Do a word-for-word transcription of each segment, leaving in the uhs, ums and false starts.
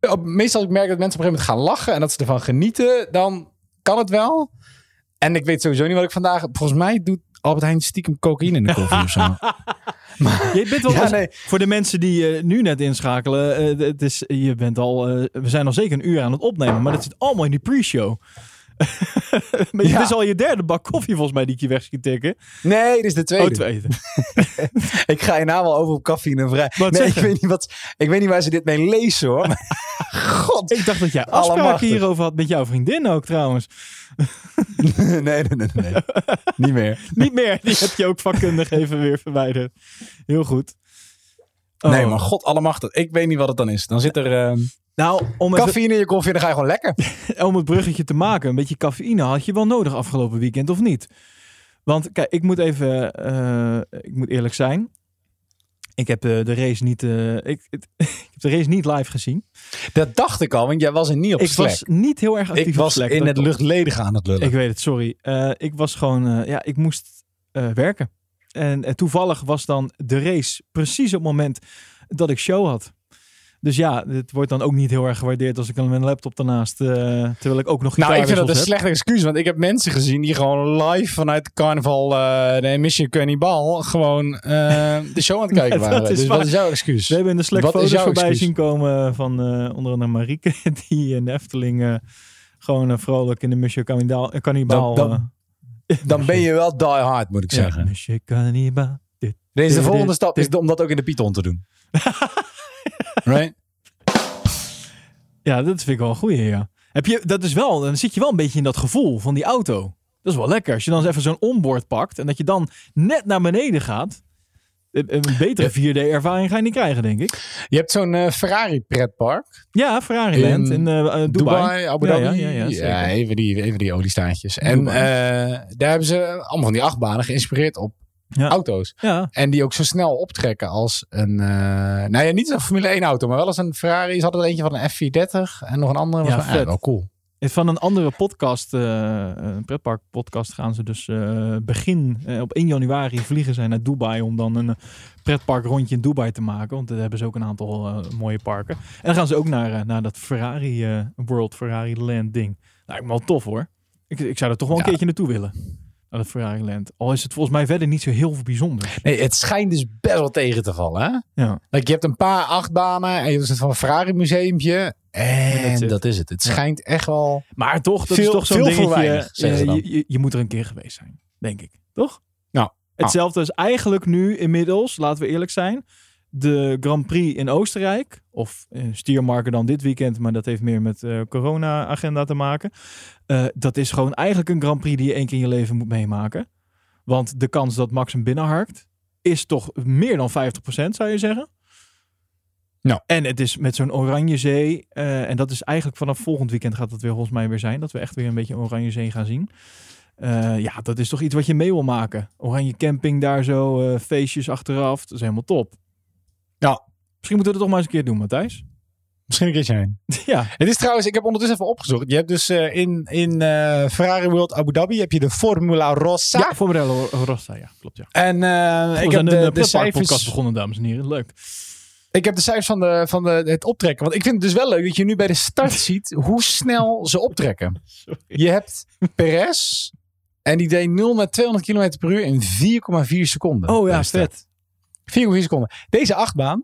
Meestal als ik merk dat mensen op een gegeven moment gaan lachen en dat ze ervan genieten, dan kan het wel. En ik weet sowieso niet wat ik vandaag... Volgens mij doet Albert Heijn stiekem cocaïne in de koffie of zo. Maar, je bent wel ja, als, nee. Voor de mensen die uh, nu net inschakelen, uh, het is, je bent al, uh, we zijn al zeker een uur aan het opnemen, maar dat zit allemaal in die pre-show. Maar ja. Het is al je derde bak koffie volgens mij die ik je weg schiet tikken. Nee, dit is de tweede. Oh, tweede. Ik ga je nou wel over op koffie en vrij. Wat nee, ik weet, niet wat, ik weet niet waar ze dit mee lezen hoor. God. Ik dacht dat jij afspraken hierover had met jouw vriendin ook trouwens. nee, nee, nee, nee. Niet meer. Niet meer. Die heb je ook vakkundig even weer verwijderd. Heel goed. Oh. Nee, maar god allemachtig. Ik weet niet wat het dan is. Dan zit er uh, nou, om cafeïne even, in je koffie en dan ga je gewoon lekker. Om het bruggetje te maken. Een beetje cafeïne had je wel nodig afgelopen weekend of niet? Want kijk, ik moet even... Uh, ik moet eerlijk zijn. Ik heb uh, de race niet... Uh, ik, ik heb de race niet live gezien. Dat dacht ik al, want jij was er niet op ik Slack. Ik was niet heel erg actief Ik was op Slack, in het luchtledige aan het lullen. Ik weet het, sorry. Uh, ik was gewoon... Uh, ja, ik moest uh, werken. En uh, toevallig was dan de race precies op het moment dat ik show had. Dus ja, het wordt dan ook niet heel erg gewaardeerd als ik dan mijn laptop daarnaast... Uh, terwijl ik ook nog Nou, ik vind dat een heb. slechte excuus. Want ik heb mensen gezien die gewoon live vanuit carnaval... Uh, de Mission Cannibal gewoon uh, de show aan het kijken waren. Ja, dus waar. wat is jouw excuus? We hebben in de Slack wat foto's voorbij excuus? zien komen van uh, onder andere Marieke. Die in de Efteling uh, gewoon uh, vrolijk in de Mission Cannibal... Cannibal dan, dan, uh, dan ben je wel die hard, moet ik ja, zeggen. Mission Cannibal. Deze de volgende stap is om dat ook in de Python te doen. Right? Ja, dat vind ik wel een goeie, ja. Heb je, dat is wel, dan zit je wel een beetje in dat gevoel van die auto. Dat is wel lekker. Als je dan eens even zo'n onboard pakt en dat je dan net naar beneden gaat. Een betere vier D-ervaring ga je niet krijgen, denk ik. Je hebt zo'n uh, Ferrari pretpark. Ja, Ferrari Land in, in uh, Dubai. Dubai, Abu Dhabi. Ja, ja, ja, ja, ja even, die, even die oliestaartjes. En uh, daar hebben ze allemaal van die achtbanen geïnspireerd op ja. auto's. Ja. En die ook zo snel optrekken als een... Uh, nou ja, niet een Formule één auto, maar wel als een Ferrari. Ze hadden er eentje van een F vierhonderdertig en nog een andere. Ja, was van, ja, wel cool. Van een andere podcast, uh, een pretpark podcast, gaan ze dus uh, begin uh, op één januari vliegen zij naar Dubai om dan een pretpark rondje in Dubai te maken. Want daar hebben ze ook een aantal uh, mooie parken. En dan gaan ze ook naar, uh, naar dat Ferrari uh, World Ferrari Land ding. Nou, ik ben wel tof hoor. Ik, ik zou er toch wel een ja. keertje naartoe willen. Naar het Ferrari Land. Al is het volgens mij verder niet zo heel bijzonders. Nee, het schijnt dus best wel tegen te vallen. Hè? Ja. Like, je hebt een paar achtbanen en je hebt van een Ferrari museumpje. En dat, dat is het. Het ja. schijnt echt wel... Maar toch, dat veel, is toch zo'n dingetje. Weinig, je, je, je, je moet er een keer geweest zijn, denk ik. Toch? Nou. Hetzelfde is eigenlijk nu inmiddels, laten we eerlijk zijn, de Grand Prix in Oostenrijk. Of uh, Stiermarken dan dit weekend, maar dat heeft meer met uh, corona-agenda te maken. Uh, dat is gewoon eigenlijk een Grand Prix die je één keer in je leven moet meemaken. Want de kans dat Max hem binnenharkt is toch meer dan vijftig procent, zou je zeggen. Nou. En het is met zo'n Oranje Zee. Uh, en dat is eigenlijk vanaf volgend weekend gaat dat weer volgens mij weer zijn. Dat we echt weer een beetje Oranje Zee gaan zien. Uh, ja, dat is toch iets wat je mee wil maken. Oranje camping daar zo, uh, feestjes achteraf. Dat is helemaal top. Ja. Misschien moeten we het toch maar eens een keer doen, Matthijs. Misschien een keertje heen. Ja. Het is trouwens, ik heb ondertussen even opgezocht. Je hebt dus uh, in, in uh, Ferrari World Abu Dhabi heb je de Formula Rossa. Ja, Formula Rossa, ja, klopt ja. En uh, ik heb de, de, de cijfers podcast begonnen, dames en heren. Leuk. Ik heb de cijfers van, de, van de, het optrekken. Want ik vind het dus wel leuk dat je nu bij de start ziet hoe snel ze optrekken. Sorry. Je hebt Perez en die deed nul naar tweehonderd kilometer per uur in vier komma vier seconden. Oh ja, vet. vier komma vier seconden. Deze achtbaan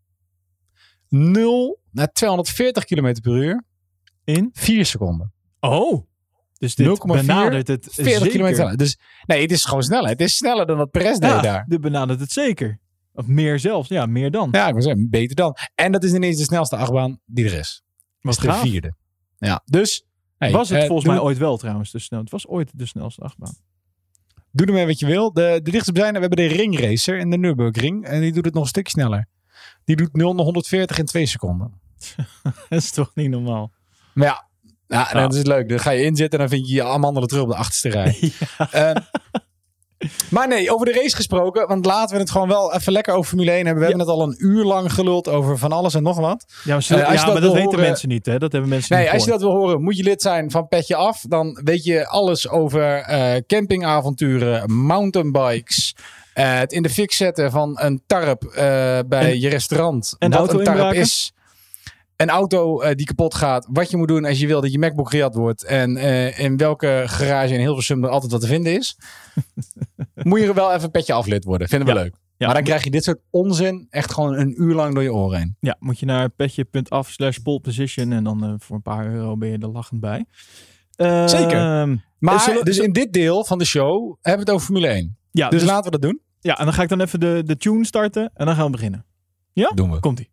nul naar tweehonderdveertig kilometer per uur in vier seconden. Oh, dus dit benadert het veertig kilometer. Dus nee, het is gewoon sneller. Het is sneller dan wat Perez deed ja, daar. Dit benadert het zeker. Of meer zelfs. Ja, meer dan. Ja, ik wil zeggen, beter dan. En dat is ineens de snelste achtbaan die er is. Wat is de gaaf. vierde. Ja, dus... Hey, was het uh, volgens doe... mij ooit wel trouwens te snel. Het was ooit de snelste achtbaan. Doe ermee wat je wil. De, de dichtstbijzijnde, we hebben de ringracer in de Nürburgring. En die doet het nog een stukje sneller. Die doet nul naar honderdveertig in twee seconden. Dat is toch niet normaal? Maar ja, ja nou. dat is leuk. Dan ga je inzitten en dan vind je je amandelen terug op de achterste rij. Ja. Uh, maar nee, over de race gesproken. Want laten we het gewoon wel even lekker over Formule één hebben. We ja. hebben het al een uur lang geluld over van alles en nog wat. Ja, maar, zullen, uh, ja, dat, maar dat weten horen, mensen niet. Hè? Dat hebben mensen nee, niet als je dat wil horen, moet je lid zijn van Petje Af. Dan weet je alles over uh, campingavonturen, mountainbikes... Uh, het in de fik zetten van een tarp uh, bij en, je restaurant. En wat auto een tarp inbraken? is. een auto uh, die kapot gaat. Wat je moet doen als je wil dat je MacBook gejat wordt. En uh, in welke garage in Hilversum er altijd wat te vinden is. Moet je er wel even een petje aflid worden. Vinden we ja. leuk. Ja. Maar dan krijg je dit soort onzin echt gewoon een uur lang door je oren heen. Ja, moet je naar petje.af slash poleposition. En dan uh, voor een paar euro ben je er lachend bij. Uh, Zeker. Maar zullen, dus in dit deel van de show hebben we het over Formule één. Ja, dus, dus laten we dat doen. Ja, en dan ga ik dan even de, de tune starten. En dan gaan we beginnen. Ja? Doen we. Komt-ie.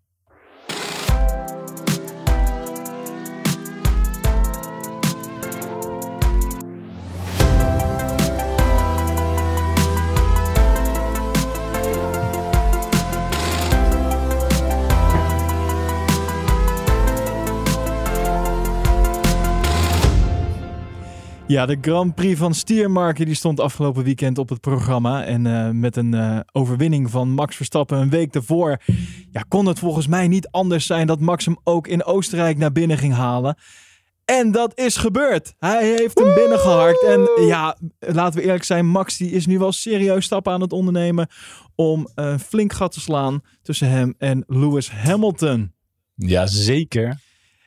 Ja, de Grand Prix van Stiermarken die stond afgelopen weekend op het programma. En uh, met een uh, overwinning van Max Verstappen een week daarvoor... Ja, kon het volgens mij niet anders zijn dat Max hem ook in Oostenrijk naar binnen ging halen. En dat is gebeurd. Hij heeft hem binnengeharkt. En ja, laten we eerlijk zijn, Max die is nu wel serieus stappen aan het ondernemen... om een flink gat te slaan tussen hem en Lewis Hamilton. Jazeker.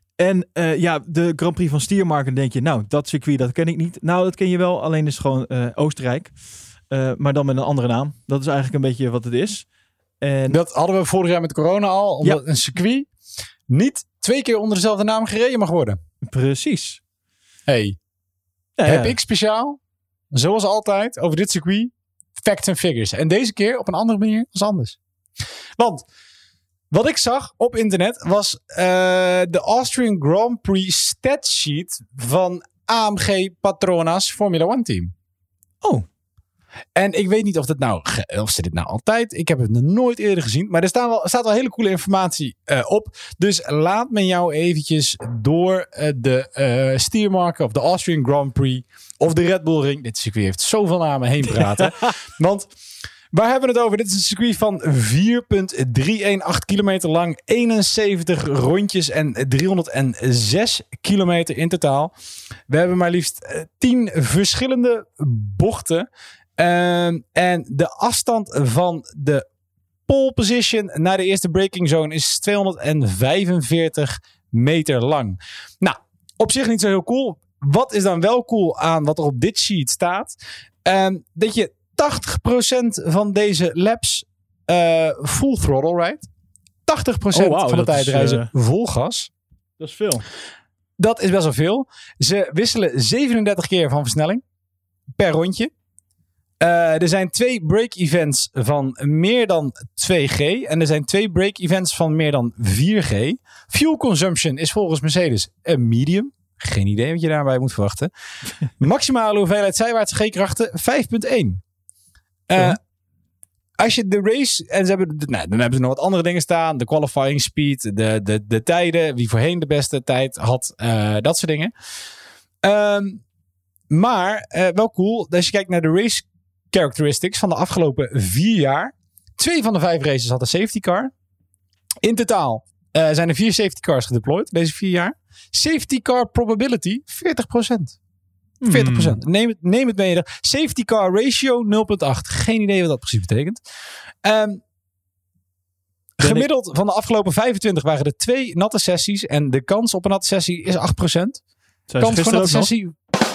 En uh, ja, de Grand Prix van Stiermarken denk je, nou, dat circuit, dat ken ik niet. Nou, dat ken je wel, alleen is het gewoon uh, Oostenrijk. Uh, maar dan met een andere naam. Dat is eigenlijk een beetje wat het is. En... Dat hadden we vorig jaar met corona al. Omdat ja. een circuit niet twee keer onder dezelfde naam gereden mag worden. Precies. Hey, ja, heb ja. ik speciaal, zoals altijd, over dit circuit, facts en figures. En deze keer op een andere manier als anders. Want... wat ik zag op internet was uh, de Austrian Grand Prix statsheet van A M G Petronas Formula One team. Oh. En ik weet niet of, dat nou, of ze dit nou altijd... Ik heb het nog nooit eerder gezien. Maar er, staan wel, er staat wel hele coole informatie uh, op. Dus laat me jou eventjes door uh, de uh, Stiermarken of de Austrian Grand Prix of de Red Bull Ring. Dit circuit heeft zoveel namen heen praten. Want... waar hebben we het over? Dit is een circuit van vier komma driehonderdachttien kilometer lang. eenenzeventig rondjes en driehonderdzes kilometer in totaal. We hebben maar liefst tien verschillende bochten. Uh, en de afstand van de pole position naar de eerste braking zone is tweehonderdvijfenveertig meter lang. Nou, op zich niet zo heel cool. Wat is dan wel cool aan wat er op dit sheet staat? Uh, dat je tachtig procent van deze laps uh, full throttle rijdt. tachtig procent oh, wow, van de tijd is, reizen uh, vol gas. Dat is veel. Dat is best wel veel. Ze wisselen zevenendertig keer van versnelling per rondje. Uh, er zijn twee brake events van meer dan twee G. En er zijn twee brake events van meer dan vier G. Fuel consumption is volgens Mercedes een medium. Geen idee wat je daarbij moet verwachten. Maximale hoeveelheid zijwaartse G-krachten vijf komma één. Uh, als je de race... en ze hebben, nou, dan hebben ze nog wat andere dingen staan. De qualifying speed, de, de, de tijden. Wie voorheen de beste tijd had. Uh, dat soort dingen. Um, maar uh, wel cool. Als je kijkt naar de race characteristics van de afgelopen vier jaar. Twee van de vijf races had een safety car. In totaal uh, zijn er vier safety cars gedeployed deze vier jaar. Safety car probability veertig procent. veertig procent. Hmm. Neem het, neem het mee. Safety car ratio nul komma acht. Geen idee wat dat precies betekent. Um, gemiddeld ik... van de afgelopen vijfentwintig waren er twee natte sessies. En de kans op een natte sessie is acht procent. Zijn kans voor een natte sessie...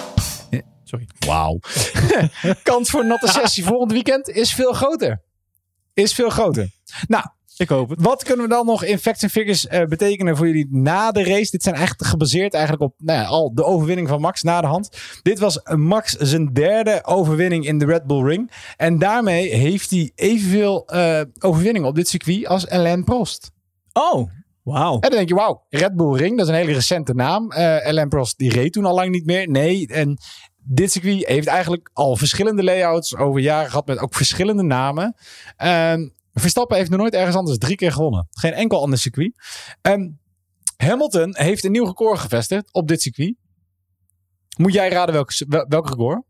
Sorry. Wauw. Kans voor een natte sessie volgend weekend is veel groter. Is veel groter. Nou, ik hoop het. Wat kunnen we dan nog in facts en figures uh, betekenen voor jullie na de race? Dit zijn eigenlijk gebaseerd eigenlijk op nou ja, al de overwinning van Max na de hand. Dit was Max zijn derde overwinning in de Red Bull Ring. En daarmee heeft hij evenveel uh, overwinningen op dit circuit als Alain Prost. Oh, wauw. En dan denk je, wauw, Red Bull Ring, dat is een hele recente naam. Uh, Alain Prost, die reed toen al lang niet meer. Nee, en dit circuit heeft eigenlijk al verschillende layouts over jaren gehad met ook verschillende namen. Uh, Verstappen heeft nog nooit ergens anders drie keer gewonnen. Geen enkel ander circuit. Um, Hamilton heeft een nieuw record gevestigd op dit circuit. Moet jij raden welk, wel, welk record?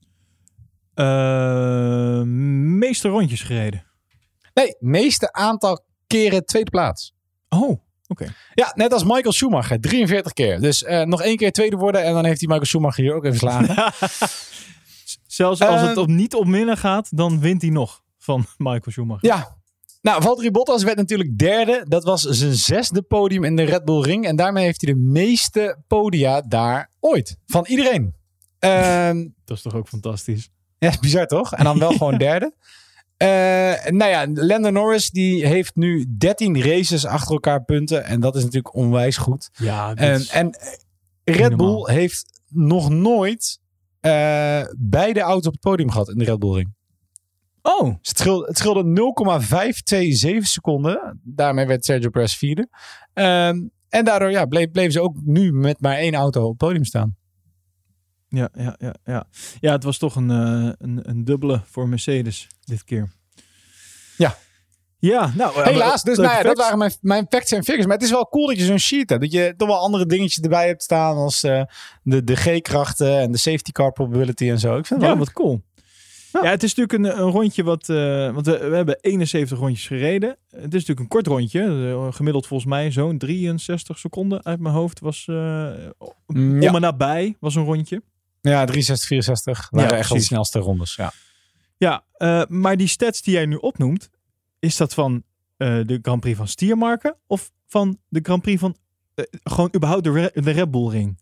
Uh, meeste rondjes gereden. Nee, meeste aantal keren tweede plaats. Oh, oké. Okay. Ja, net als Michael Schumacher. drieënveertig keer. Dus uh, nog één keer tweede worden. En dan heeft hij Michael Schumacher hier ook even slagen. Zelfs als uh, het op niet op minnen gaat, dan wint hij nog van Michael Schumacher. Ja, Nou, Valtteri Bottas werd natuurlijk derde. Dat was zijn zesde podium in de Red Bull Ring. En daarmee heeft hij de meeste podia daar ooit. Van iedereen. Uh, dat is toch ook fantastisch? Ja, bizar toch? En dan wel gewoon derde. Uh, nou ja, Lando Norris die heeft nu dertien races achter elkaar punten. En dat is natuurlijk onwijs goed. Ja, en, en Red Bull heeft nog nooit uh, beide auto's op het podium gehad in de Red Bull Ring. Oh. Dus het scheelde, het scheelde nul komma vijfhonderdzevenentwintig seconden. Daarmee werd Sergio Perez vierde. Um, en daardoor ja, bleef, bleven ze ook nu met maar één auto op het podium staan. Ja, ja, ja, ja. ja het was toch een, uh, een, een dubbele voor Mercedes dit keer. Ja. Ja, nou... Helaas, dus nou ja, dat waren mijn, mijn facts en figures. Maar het is wel cool dat je zo'n sheet hebt. Dat je toch wel andere dingetjes erbij hebt staan als uh, de, de G-krachten en de safety car probability en zo. Ik vind het ja, wel wat cool. Ja. ja, het is natuurlijk een, een rondje wat... Uh, want we, we hebben eenenzeventig rondjes gereden. Het is natuurlijk een kort rondje. Uh, gemiddeld volgens mij zo'n drieënzestig seconden uit mijn hoofd was... Uh, mm, ja. Om en nabij was een rondje. Ja, drieënzestig, vierenzestig. waren ja, echt wel de snelste rondes. Ja, ja uh, maar die stats die jij nu opnoemt... Is dat van uh, de Grand Prix van Stiermarken of van de Grand Prix van uh, gewoon überhaupt de, Re- de Red Bull Ring?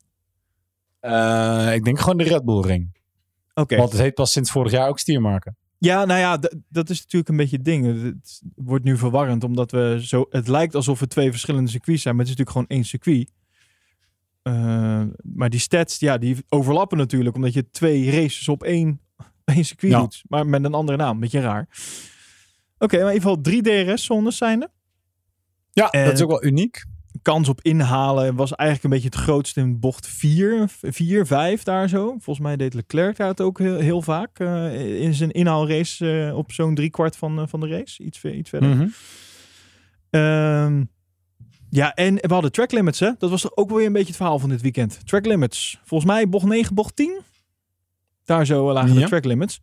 Uh, ik denk gewoon de Red Bull Ring. Oké. Okay. Want het heet pas sinds vorig jaar ook Stiermarken. Ja, nou ja, d- dat is natuurlijk een beetje het ding. Het wordt nu verwarrend omdat we zo. Het lijkt alsof het twee verschillende circuits zijn, maar het is natuurlijk gewoon één circuit. Uh, maar die stats, ja, die overlappen natuurlijk omdat je twee races op één, één circuit ja. doet, maar met een andere naam. Beetje raar. Oké, okay, maar in ieder geval drie D R S-zones zijn er. Ja, en dat is ook wel uniek. Kans op inhalen was eigenlijk een beetje het grootste in bocht vier, vier, vijf daar zo. Volgens mij deed Leclerc daar het ook heel, heel vaak. Uh, in zijn inhaalrace uh, op zo'n driekwart van, uh, van de race. Iets, iets verder. Mm-hmm. Um, ja, en we hadden track limits, hè. Dat was toch ook weer een beetje het verhaal van dit weekend. Track limits. Volgens mij bocht negen, bocht tien. Daar zo lagen ja. de track limits.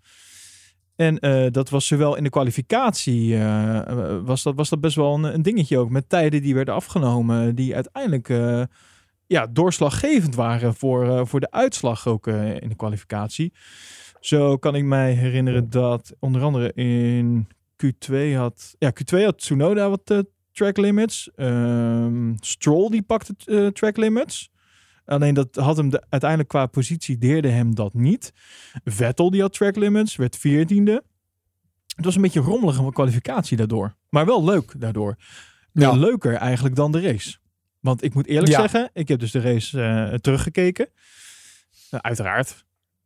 En uh, dat was zowel in de kwalificatie, uh, was, dat, was dat best wel een, een dingetje ook. Met tijden die werden afgenomen, die uiteindelijk uh, ja, doorslaggevend waren voor, uh, voor de uitslag ook uh, in de kwalificatie. Zo kan ik mij herinneren dat onder andere in Q twee had, ja, Q twee had Tsunoda wat uh, track limits. Um, Stroll die pakte uh, track limits. Alleen dat had hem de, uiteindelijk qua positie deerde hem dat niet. Vettel die had track limits, werd veertiende. Het was een beetje rommelig een kwalificatie daardoor. Maar wel leuk daardoor. Ja. Leuker eigenlijk dan de race. Want ik moet eerlijk ja. zeggen, ik heb dus de race uh, teruggekeken. Uh, uiteraard.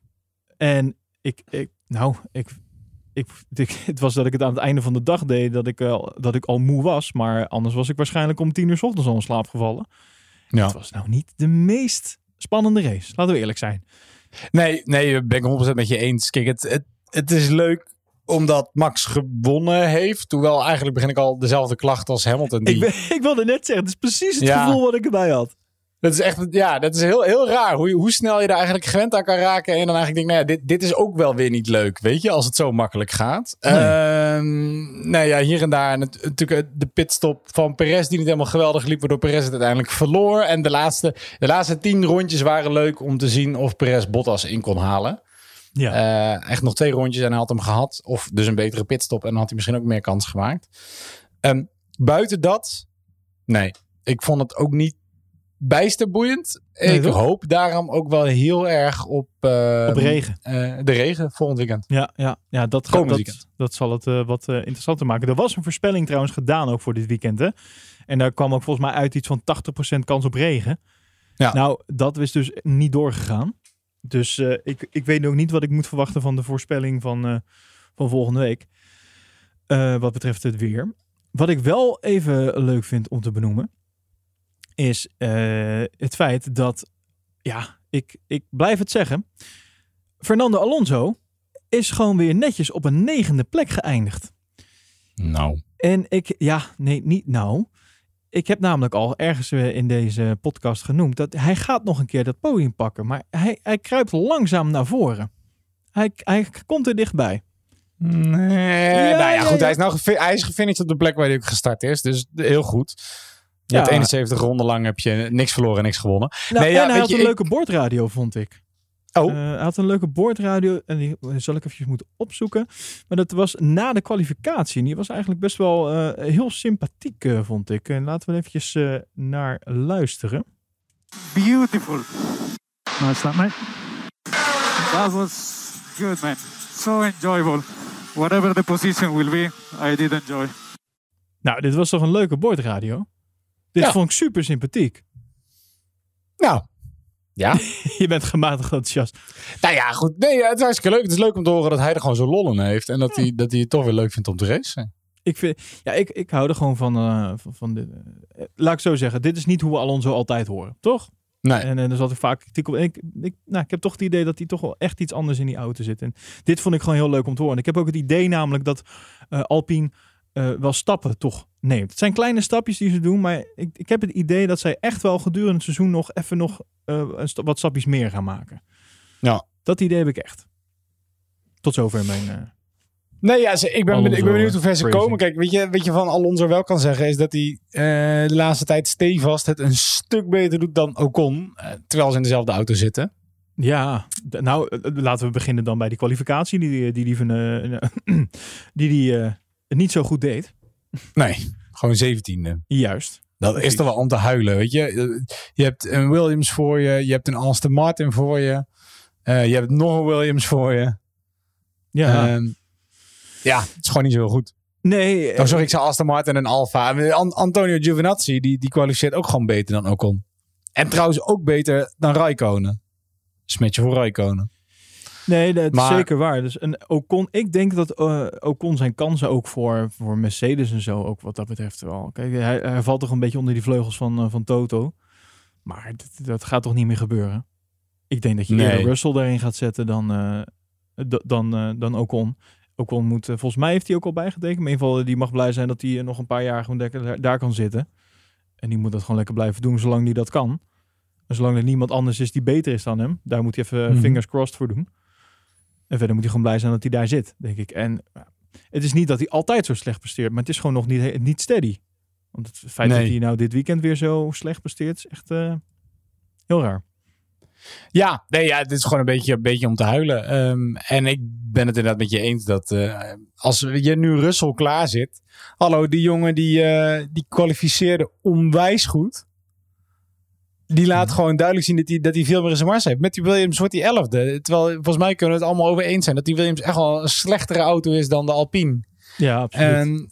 En ik, ik nou, ik, ik, ik, het was dat ik het aan het einde van de dag deed, dat ik, uh, dat ik al moe was. Maar anders was ik waarschijnlijk om tien uur 's ochtends al in slaap gevallen. Ja. Het was nou niet de meest spannende race. Laten we eerlijk zijn. Nee, nee, ben ik honderd procent met je eens. Kijk, het, het, het is leuk omdat Max gewonnen heeft. Hoewel eigenlijk begin ik al dezelfde klacht als Hamilton. Die... Ik, ben, ik wilde net zeggen, het is precies het ja. gevoel wat ik erbij had. Dat is echt, ja, dat is heel, heel raar. Hoe, hoe snel je daar eigenlijk gewend aan kan raken. En dan eigenlijk denk, nou ja, dit, dit is ook wel weer niet leuk. Weet je, als het zo makkelijk gaat. Nee. Um, nou ja, hier en daar natuurlijk de pitstop van Perez die niet helemaal geweldig liep. Waardoor Perez het uiteindelijk verloor. En de laatste, de laatste tien rondjes waren leuk om te zien of Perez Bottas in kon halen. Ja. Uh, echt nog twee rondjes en hij had hem gehad. Of dus een betere pitstop en dan had hij misschien ook meer kans gemaakt. Um, buiten dat, nee, ik vond het ook niet bijster boeiend. Nee, ik toch? hoop daarom ook wel heel erg op, uh, op regen. Uh, de regen volgend weekend. Ja, ja, ja dat, gaat, dat, dat zal het uh, wat uh, interessanter maken. Er was een voorspelling trouwens gedaan ook voor dit weekend. Hè? En daar kwam ook volgens mij uit iets van tachtig procent kans op regen. Ja. Nou, dat is dus niet doorgegaan. Dus uh, ik, ik weet ook niet wat ik moet verwachten van de voorspelling van, uh, van volgende week. Uh, wat betreft het weer. Wat ik wel even leuk vind om te benoemen is uh, het feit dat, ja, ik, ik blijf het zeggen. Fernando Alonso is gewoon weer netjes op een negende plek geëindigd. Nou. En ik, ja, nee, niet nou. Ik heb namelijk al ergens in deze podcast genoemd dat hij gaat nog een keer dat podium pakken. Maar hij, hij kruipt langzaam naar voren. Hij, hij komt er dichtbij. Nee, ja, nou ja, goed. Ja, ja. Hij is nou gefi- hij is gefinished op de plek waar hij ook gestart is. Dus heel goed. Je ja. hebt eenenzeventig ronden lang heb je niks verloren en niks gewonnen. Nou, nee, en ja, hij had je, een ik... leuke bordradio, vond ik. Oh. Uh, hij had een leuke boordradio en die zal ik eventjes moeten opzoeken. Maar dat was na de kwalificatie. En die was eigenlijk best wel uh, heel sympathiek, uh, vond ik. En laten we eventjes uh, naar luisteren. Beautiful. Nice lap, mate. That was good, man. So enjoyable. Whatever the position will be, I did enjoy. Nou, dit was toch een leuke boordradio? Dit ja. vond ik super sympathiek. Nou, ja. Je bent gematigd enthousiast. Nou ja, goed. Nee, het is hartstikke leuk. Het is leuk om te horen dat hij er gewoon zo lol in heeft. En dat, ja. hij, dat hij het toch weer leuk vindt om te racen. Ik, vind, ja, ik, ik hou er gewoon van. Uh, van, van dit, uh, laat ik zo zeggen. Dit is niet hoe we Alonso altijd horen. Toch? Nee. En, en er zat ik vaak kritiek op. En ik, ik, nou, ik heb toch het idee dat hij toch wel echt iets anders in die auto zit. En dit vond ik gewoon heel leuk om te horen. En ik heb ook het idee namelijk dat uh, Alpine uh, wel stappen toch neemt. Het zijn kleine stapjes die ze doen. Maar ik, ik heb het idee dat zij echt wel gedurende het seizoen nog even nog uh, een st- wat stapjes meer gaan maken. Ja. Dat idee heb ik echt. Tot zover mijn... Uh, Nee, ja, ik ben, Alonso, ik ben benieuwd hoe ver ze praising. komen. Kijk, weet je, weet je van Alonso wel kan zeggen, is dat hij uh, de laatste tijd stevast het een stuk beter doet dan Ocon. Uh, terwijl ze in dezelfde auto zitten. Ja, d- nou, laten we beginnen dan bij die kwalificatie die die, die, van, uh, die, die uh, niet zo goed deed. Nee, gewoon zeventiende. Juist. Dat precies. Is toch wel om te huilen, weet je. Je hebt een Williams voor je, je hebt een Aston Martin voor je. Uh, je hebt nog een Williams voor je. Ja. Uh, Ja, het is gewoon niet zo goed. Nee. Dan sorry, ik zei Aston Martin en Alfa. Antonio Giovinazzi, die, die kwalificeert ook gewoon beter dan Ocon. En trouwens ook beter dan Räikkönen. Smetje voor Räikkönen. Nee, dat maar, is zeker waar. Dus een Ocon, ik denk dat uh, Ocon zijn kansen ook voor, voor Mercedes en zo, ook wat dat betreft wel. Kijk, hij, hij valt toch een beetje onder die vleugels van, uh, van Toto. Maar dat, dat gaat toch niet meer gebeuren? Ik denk dat je nee. eerder Russell daarin gaat zetten dan, uh, d- dan, uh, dan Ocon. Ocon moet, volgens mij heeft hij ook al bijgetekend. Maar in ieder geval, die mag blij zijn dat hij nog een paar jaar gewoon daar, daar kan zitten. En die moet dat gewoon lekker blijven doen, zolang hij dat kan. En zolang er niemand anders is die beter is dan hem. Daar moet hij even mm-hmm. fingers crossed voor doen. En verder moet hij gewoon blij zijn dat hij daar zit, denk ik. En het is niet dat hij altijd zo slecht presteert. Maar het is gewoon nog niet, niet steady. Want het feit nee. dat hij nou dit weekend weer zo slecht presteert, is echt uh, heel raar. Ja, nee, ja, dit is gewoon een beetje, een beetje om te huilen. Um, en ik ben het inderdaad met je eens dat uh, als je nu Russell klaar zit. Hallo, die jongen die, uh, die kwalificeerde onwijs goed. Die laat ja. gewoon duidelijk zien dat hij, dat hij veel meer in zijn mars heeft. Met die Williams wordt hij elfde. Terwijl volgens mij kunnen we het allemaal over eens zijn dat die Williams echt wel een slechtere auto is dan de Alpine. Ja, absoluut. En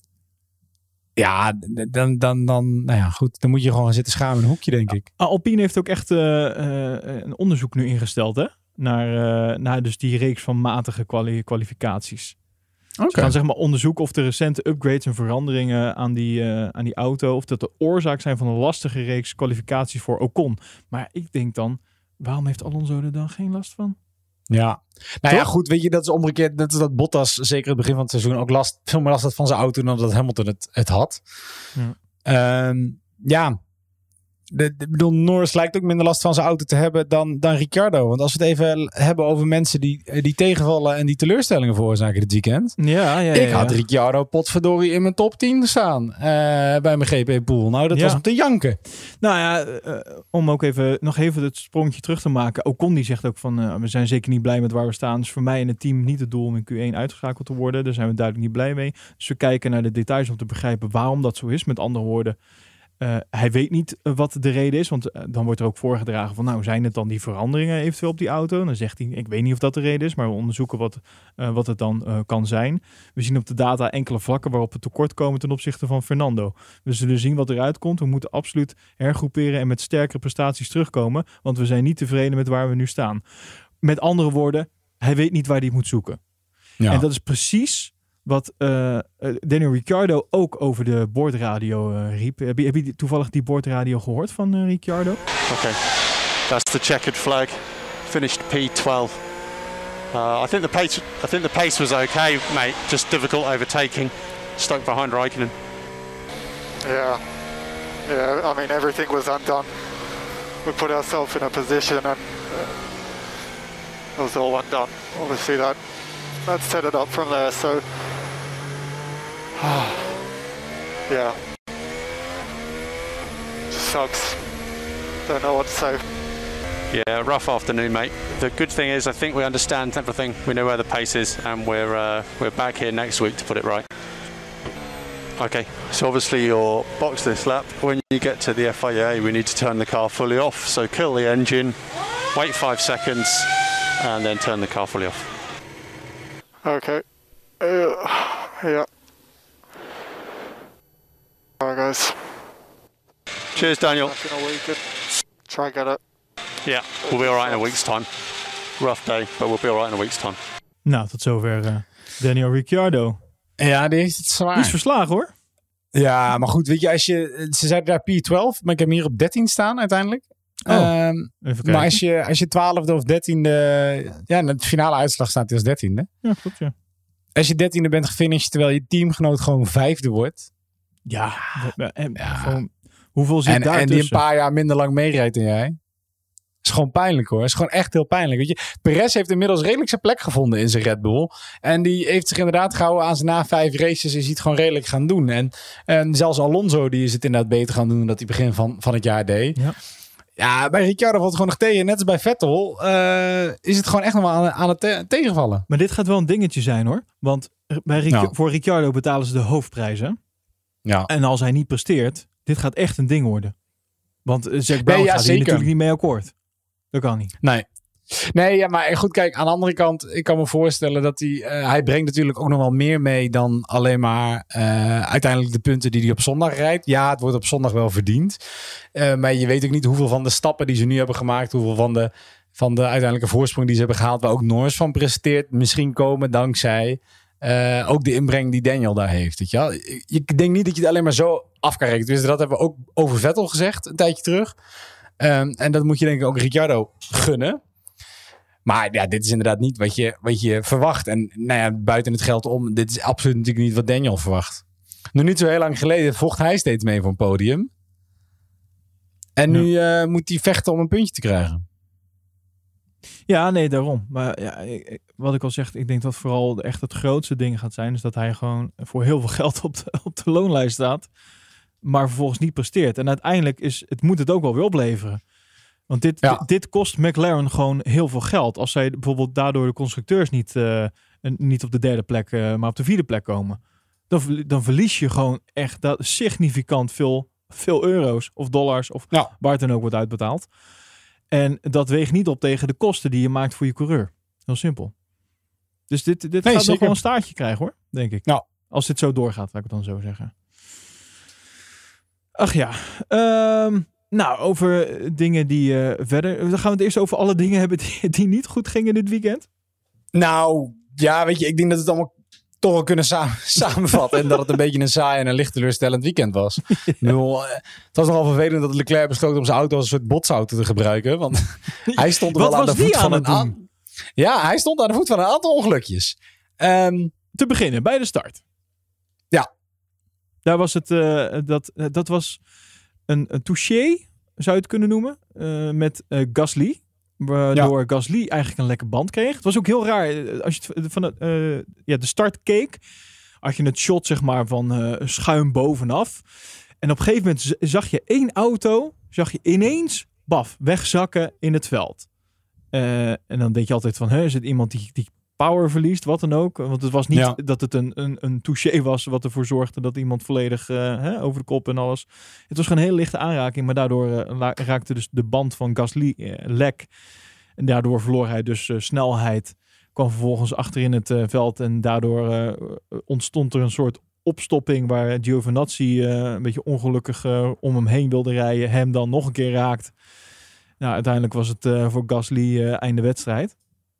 ja, dan, dan, dan, nou ja, goed, dan moet je gewoon gaan zitten schamen in een hoekje, denk ik. Alpine heeft ook echt uh, uh, een onderzoek nu ingesteld, hè? Naar, uh, naar dus die reeks van matige kwali- kwalificaties. Okay. Ze gaan zeg maar onderzoeken of de recente upgrades en veranderingen aan die, uh, aan die auto, of dat de oorzaak zijn van een lastige reeks kwalificaties voor Ocon. Maar ik denk dan, waarom heeft Alonso er dan geen last van? Ja, nou ja, goed, weet je, dat is omgekeerd. Dat is dat Bottas, zeker het begin van het seizoen, ook last, veel meer last had van zijn auto dan dat Hamilton het, het had. Ja, um, ja. De, de, bedoel, Norris lijkt ook minder last van zijn auto te hebben dan, dan Ricciardo. Want als we het even hebben over mensen die, die tegenvallen en die teleurstellingen veroorzaken dit weekend. Ja, ja, ja, ik had ja. Ricciardo potverdorie in mijn top tien staan uh, bij mijn G P pool. Nou, dat ja. was om te janken. Nou ja, uh, om ook even nog even het sprongetje terug te maken. Ocon die zegt ook van, uh, we zijn zeker niet blij met waar we staan. Dus voor mij in het team niet het doel om in Q één uitgeschakeld te worden. Daar zijn we duidelijk niet blij mee. Dus we kijken naar de details om te begrijpen waarom dat zo is. Met andere woorden, Uh, hij weet niet uh, wat de reden is, want uh, dan wordt er ook voorgedragen van, nou, zijn het dan die veranderingen eventueel op die auto? Dan zegt hij, ik weet niet of dat de reden is, maar we onderzoeken wat, uh, wat het dan uh, kan zijn. We zien op de data enkele vlakken waarop we tekort komen ten opzichte van Fernando. We zullen zien wat eruit komt. We moeten absoluut hergroeperen en met sterkere prestaties terugkomen, want we zijn niet tevreden met waar we nu staan. Met andere woorden, hij weet niet waar hij moet zoeken. Ja. En dat is precies wat uh, Daniel Ricciardo ook over de boordradio uh, riep. Heb je, heb je toevallig die boordradio gehoord van uh, Ricciardo? Okay, that's the checkered flag. Finished P twelve. Uh, I think the pace. I think the pace was okay, mate. Just difficult overtaking. Stuck behind Raikkonen. Yeah, yeah. I mean, everything was undone. We put ourselves in a position, and uh, it was all undone. Obviously, that that set it up from there. So. Yeah. Sucks. Don't know what to say. Yeah, rough afternoon, mate. The good thing is I think we understand everything. We know where the pace is, and we're uh, we're back here next week to put it right. Okay, so obviously you'll box this lap. When you get to the F I A, we need to turn the car fully off. So kill the engine, wait five seconds, and then turn the car fully off. Okay. Uh, yeah. Alright, guys. Cheers, Daniel. Try and get it. Yeah, we'll be alright in a week's time. Rough day, but we'll be alright in a week's time. Nou, tot zover uh, Daniel Ricciardo. Ja, die heeft het zwaar. Die is verslagen, hoor. Ja, maar goed, weet je, als je, ze zeiden daar P twaalf, maar ik heb hem hier op dertien staan uiteindelijk. Oh, um, maar als je, als je twaalfde of dertiende, ja, in de finale uitslag staat hij als dertiende. Ja, klopt, ja. Als je dertiende bent gefinished terwijl je teamgenoot gewoon vijfde wordt. Ja, en, ja. Gewoon, hoeveel zit en, daar en die tussen? een paar jaar minder lang meerijdt dan jij. Is gewoon pijnlijk hoor. Is gewoon echt heel pijnlijk. Weet je, Perez heeft inmiddels redelijk zijn plek gevonden in zijn Red Bull. En die heeft zich inderdaad gehouden aan zijn na vijf races. Is hij het gewoon redelijk gaan doen. En, en zelfs Alonso die is het inderdaad beter gaan doen dan dat hij begin van, van het jaar deed. Ja. Ja, bij Ricciardo valt het gewoon nog tegen. Net als bij Vettel uh, is het gewoon echt nog wel aan, aan het te- tegenvallen. Maar dit gaat wel een dingetje zijn hoor. Want bij Ric- ja. voor Ricciardo betalen ze de hoofdprijzen. Ja. En als hij niet presteert, dit gaat echt een ding worden. Want Zac Brown nee, ja, gaat hier natuurlijk niet mee akkoord. Dat kan niet. Nee. Nee, ja, maar goed, kijk, aan de andere kant, ik kan me voorstellen dat hij, uh, hij brengt natuurlijk ook nog wel meer mee dan alleen maar uh, uiteindelijk de punten die hij op zondag rijdt. Ja, het wordt op zondag wel verdiend. Uh, maar je weet ook niet hoeveel van de stappen die ze nu hebben gemaakt, hoeveel van de, van de uiteindelijke voorsprong die ze hebben gehaald, waar ook Norris van presteert, misschien komen dankzij uh, ook de inbreng die Daniel daar heeft. Weet je wel? Ik denk niet dat je het alleen maar zo af kan rekenen. Dus dat hebben we ook over Vettel gezegd een tijdje terug. Um, en dat moet je denk ik ook Ricciardo gunnen. Maar ja, dit is inderdaad niet wat je, wat je verwacht. En nou ja, buiten het geld om, dit is absoluut natuurlijk niet wat Daniel verwacht. Nog niet zo heel lang geleden vocht hij steeds mee voor een podium. En nu ja. uh, moet hij vechten om een puntje te krijgen. Ja, nee, daarom. Maar ja, ik, wat ik al zeg, ik denk dat vooral echt het grootste ding gaat zijn, is dat hij gewoon voor heel veel geld op de, op de loonlijst staat, maar vervolgens niet presteert. En uiteindelijk is het, moet het ook wel weer opleveren. Want dit, ja. dit, dit kost McLaren gewoon heel veel geld. Als zij bijvoorbeeld daardoor de constructeurs niet, uh, niet op de derde plek, uh, maar op de vierde plek komen, dan, dan verlies je gewoon echt dat significant veel, veel euro's of dollars of ja. waar het dan ook wordt uitbetaald. En dat weegt niet op tegen de kosten die je maakt voor je coureur. Heel simpel. Dus dit, dit nee, gaat nog wel een staartje krijgen hoor, denk ik. Nou. Als dit zo doorgaat, laat ik het dan zo zeggen. Ach ja. Um, nou, over dingen die uh, verder... Dan gaan we het eerst over alle dingen hebben die, die niet goed gingen dit weekend. Nou, ja, weet je, ik denk dat we het allemaal toch wel kunnen samen, samenvatten. En dat het een beetje een saai en een licht teleurstellend weekend was. Ja. Bedoel, het was nogal vervelend dat Leclerc besloot om zijn auto als een soort botsauto te gebruiken. Want hij stond er wel aan de voet van een aantal... Ja, hij stond aan de voet van een aantal ongelukjes. Um, te beginnen, bij de start. Ja. Daar was het... Uh, dat, uh, dat was een, een touché, zou je het kunnen noemen. Uh, met uh, Gasly. Waardoor ja. Gasly eigenlijk een lekke band kreeg. Het was ook heel raar. Als je het van de, uh, ja, de start keek, had je het shot zeg maar van uh, schuin bovenaf. En op een gegeven moment zag je één auto, zag je ineens, baf, wegzakken in het veld. Uh, en dan denk je altijd van, hè, is het iemand die, die power verliest, wat dan ook. Want het was niet ja. dat het een, een, een touché was wat ervoor zorgde dat iemand volledig uh, hè, over de kop en alles. Het was gewoon een heel lichte aanraking, maar daardoor uh, raakte dus de band van Gasly uh, lek. En daardoor verloor hij dus uh, snelheid, kwam vervolgens achterin het uh, veld en daardoor uh, ontstond er een soort opstopping waar Giovinazzi uh, een beetje ongelukkig uh, om hem heen wilde rijden, hem dan nog een keer raakt. Nou, uiteindelijk was het uh, voor Gasly uh, einde wedstrijd.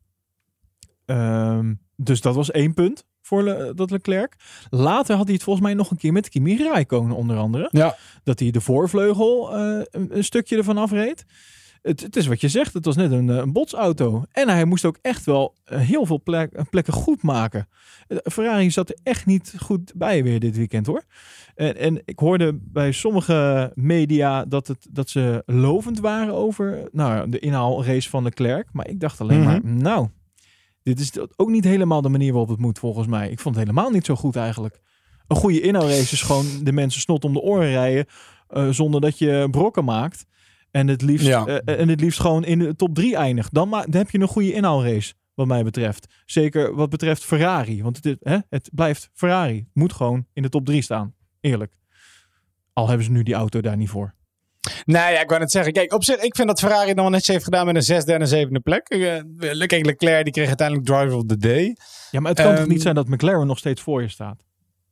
Um, dus dat was één punt voor Le- dat Leclerc. Later had hij het volgens mij nog een keer met Kimi Räikkönen onder andere. Ja. Dat hij de voorvleugel uh, een, een stukje ervan afreed. Het, het is wat je zegt, het was net een, een botsauto. En hij moest ook echt wel uh, heel veel plek, plekken goed maken. Uh, Ferrari zat er echt niet goed bij weer dit weekend hoor. En, en ik hoorde bij sommige media dat, het, dat ze lovend waren over nou, de inhaalrace van Leclerc. Maar ik dacht alleen mm-hmm. maar, nou... Dit is ook niet helemaal de manier waarop het moet, volgens mij. Ik vond het helemaal niet zo goed eigenlijk. Een goede inhoudrace is gewoon de mensen snot om de oren rijden, uh, zonder dat je brokken maakt. En het liefst, ja. uh, en het liefst gewoon in de top drie eindigt. Dan, ma- dan heb je een goede inhaalrace, wat mij betreft. Zeker wat betreft Ferrari. Want het, is, hè, het blijft Ferrari. Het moet gewoon in de top drie staan. Eerlijk. Al hebben ze nu die auto daar niet voor. Nou ja, ik wou net zeggen. Kijk, op zich, ik vind dat Ferrari nog wel netjes heeft gedaan met een zesde en een zevende plek. Uh, kijk, Leclerc die kreeg uiteindelijk Driver of the Day. Ja, maar het kan um, toch niet zijn dat McLaren nog steeds voor je staat?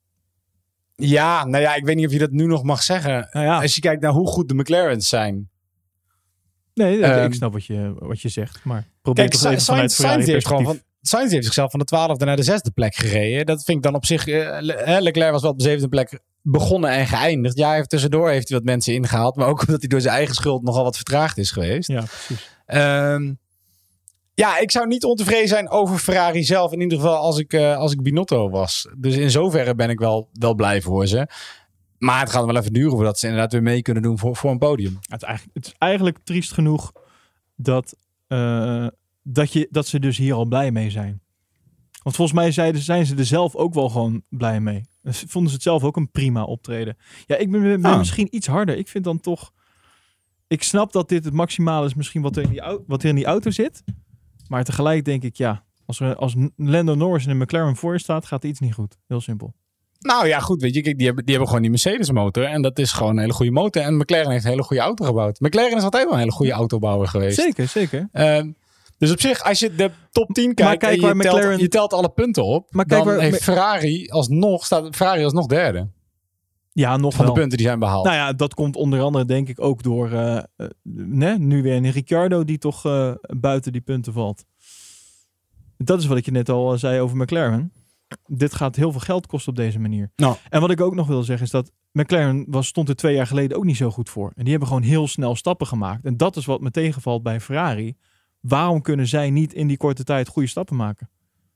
Ja, nou ja, ik weet niet of je dat nu nog mag zeggen. Nou ja. Als je kijkt naar hoe goed de McLaren's zijn. Nee, um, ik snap wat je, wat je zegt. Maar probeer kijk, toch even vanuit Ferrari heeft gewoon van Sainz heeft zichzelf van de twaalfde naar de zesde plek gereden. Dat vind ik dan op zich... Uh, Leclerc was wel op de zevende plek begonnen en geëindigd. Ja, hij heeft tussendoor heeft hij wat mensen ingehaald. Maar ook omdat hij door zijn eigen schuld nogal wat vertraagd is geweest. Ja, precies. Um, ja, ik zou niet ontevreden zijn over Ferrari zelf. In ieder geval als ik, uh, als ik Binotto was. Dus in zoverre ben ik wel, wel blij voor ze. Maar het gaat wel even duren voordat ze inderdaad weer mee kunnen doen voor, voor een podium. Het is eigenlijk, het is eigenlijk triest genoeg dat, uh, dat, je, dat ze dus hier al blij mee zijn. Want volgens mij zeiden, zijn ze er zelf ook wel gewoon blij mee. Vonden ze het zelf ook een prima optreden. Ja, ik ben, ben ah. misschien iets harder. Ik vind dan toch... Ik snap dat dit het maximale is misschien wat er in die, wat er in die auto zit. Maar tegelijk denk ik, ja... Als, er, als Lando Norris in een McLaren voor je staat, gaat iets niet goed. Heel simpel. Nou ja, goed. Weet je, die hebben, die hebben gewoon die Mercedes motor. En dat is gewoon een hele goede motor. En McLaren heeft een hele goede auto gebouwd. McLaren is altijd wel een hele goede autobouwer geweest. Zeker, zeker. Uh, Dus op zich, als je de top tien kijkt kijk en je, McLaren... telt, je telt alle punten op, maar kijk dan waar... heeft Ferrari alsnog, staat Ferrari alsnog derde. Ja, nog van wel. de punten die zijn behaald. Nou ja, dat komt onder andere denk ik ook door uh, uh, nee, nu weer een Ricciardo die toch uh, buiten die punten valt. Dat is wat ik je net al uh, zei over McLaren. Dit gaat heel veel geld kosten op deze manier. Nou. En wat ik ook nog wil zeggen is dat McLaren was, stond er twee jaar geleden ook niet zo goed voor. En die hebben gewoon heel snel stappen gemaakt. En dat is wat me tegenvalt bij Ferrari. Waarom kunnen zij niet in die korte tijd goede stappen maken?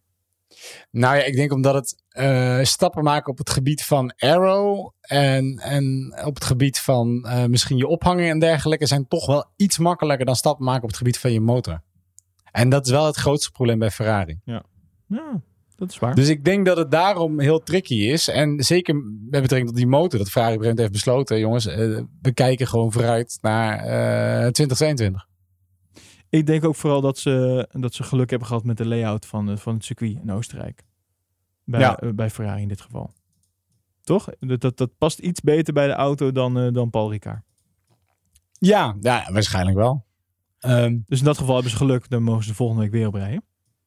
Nou ja, ik denk omdat het uh, stappen maken op het gebied van aero en, en op het gebied van uh, misschien je ophanging en dergelijke zijn toch wel iets makkelijker dan stappen maken op het gebied van je motor. En dat is wel het grootste probleem bij Ferrari. Ja, ja dat is waar. Dus ik denk dat het daarom heel tricky is. En zeker met betrekking tot die motor, dat Ferrari op een gegeven moment heeft besloten, jongens, uh, we kijken gewoon vooruit naar uh, twintig tweeëntwintig. Ik denk ook vooral dat ze, dat ze geluk hebben gehad met de layout van, van het circuit in Oostenrijk. Bij, ja. uh, bij Ferrari in dit geval. Toch? Dat, dat, dat past iets beter bij de auto dan, uh, dan Paul Ricard. Ja, ja, waarschijnlijk wel. Um, dus in dat geval hebben ze geluk. Dan mogen ze volgende week weer oprijden.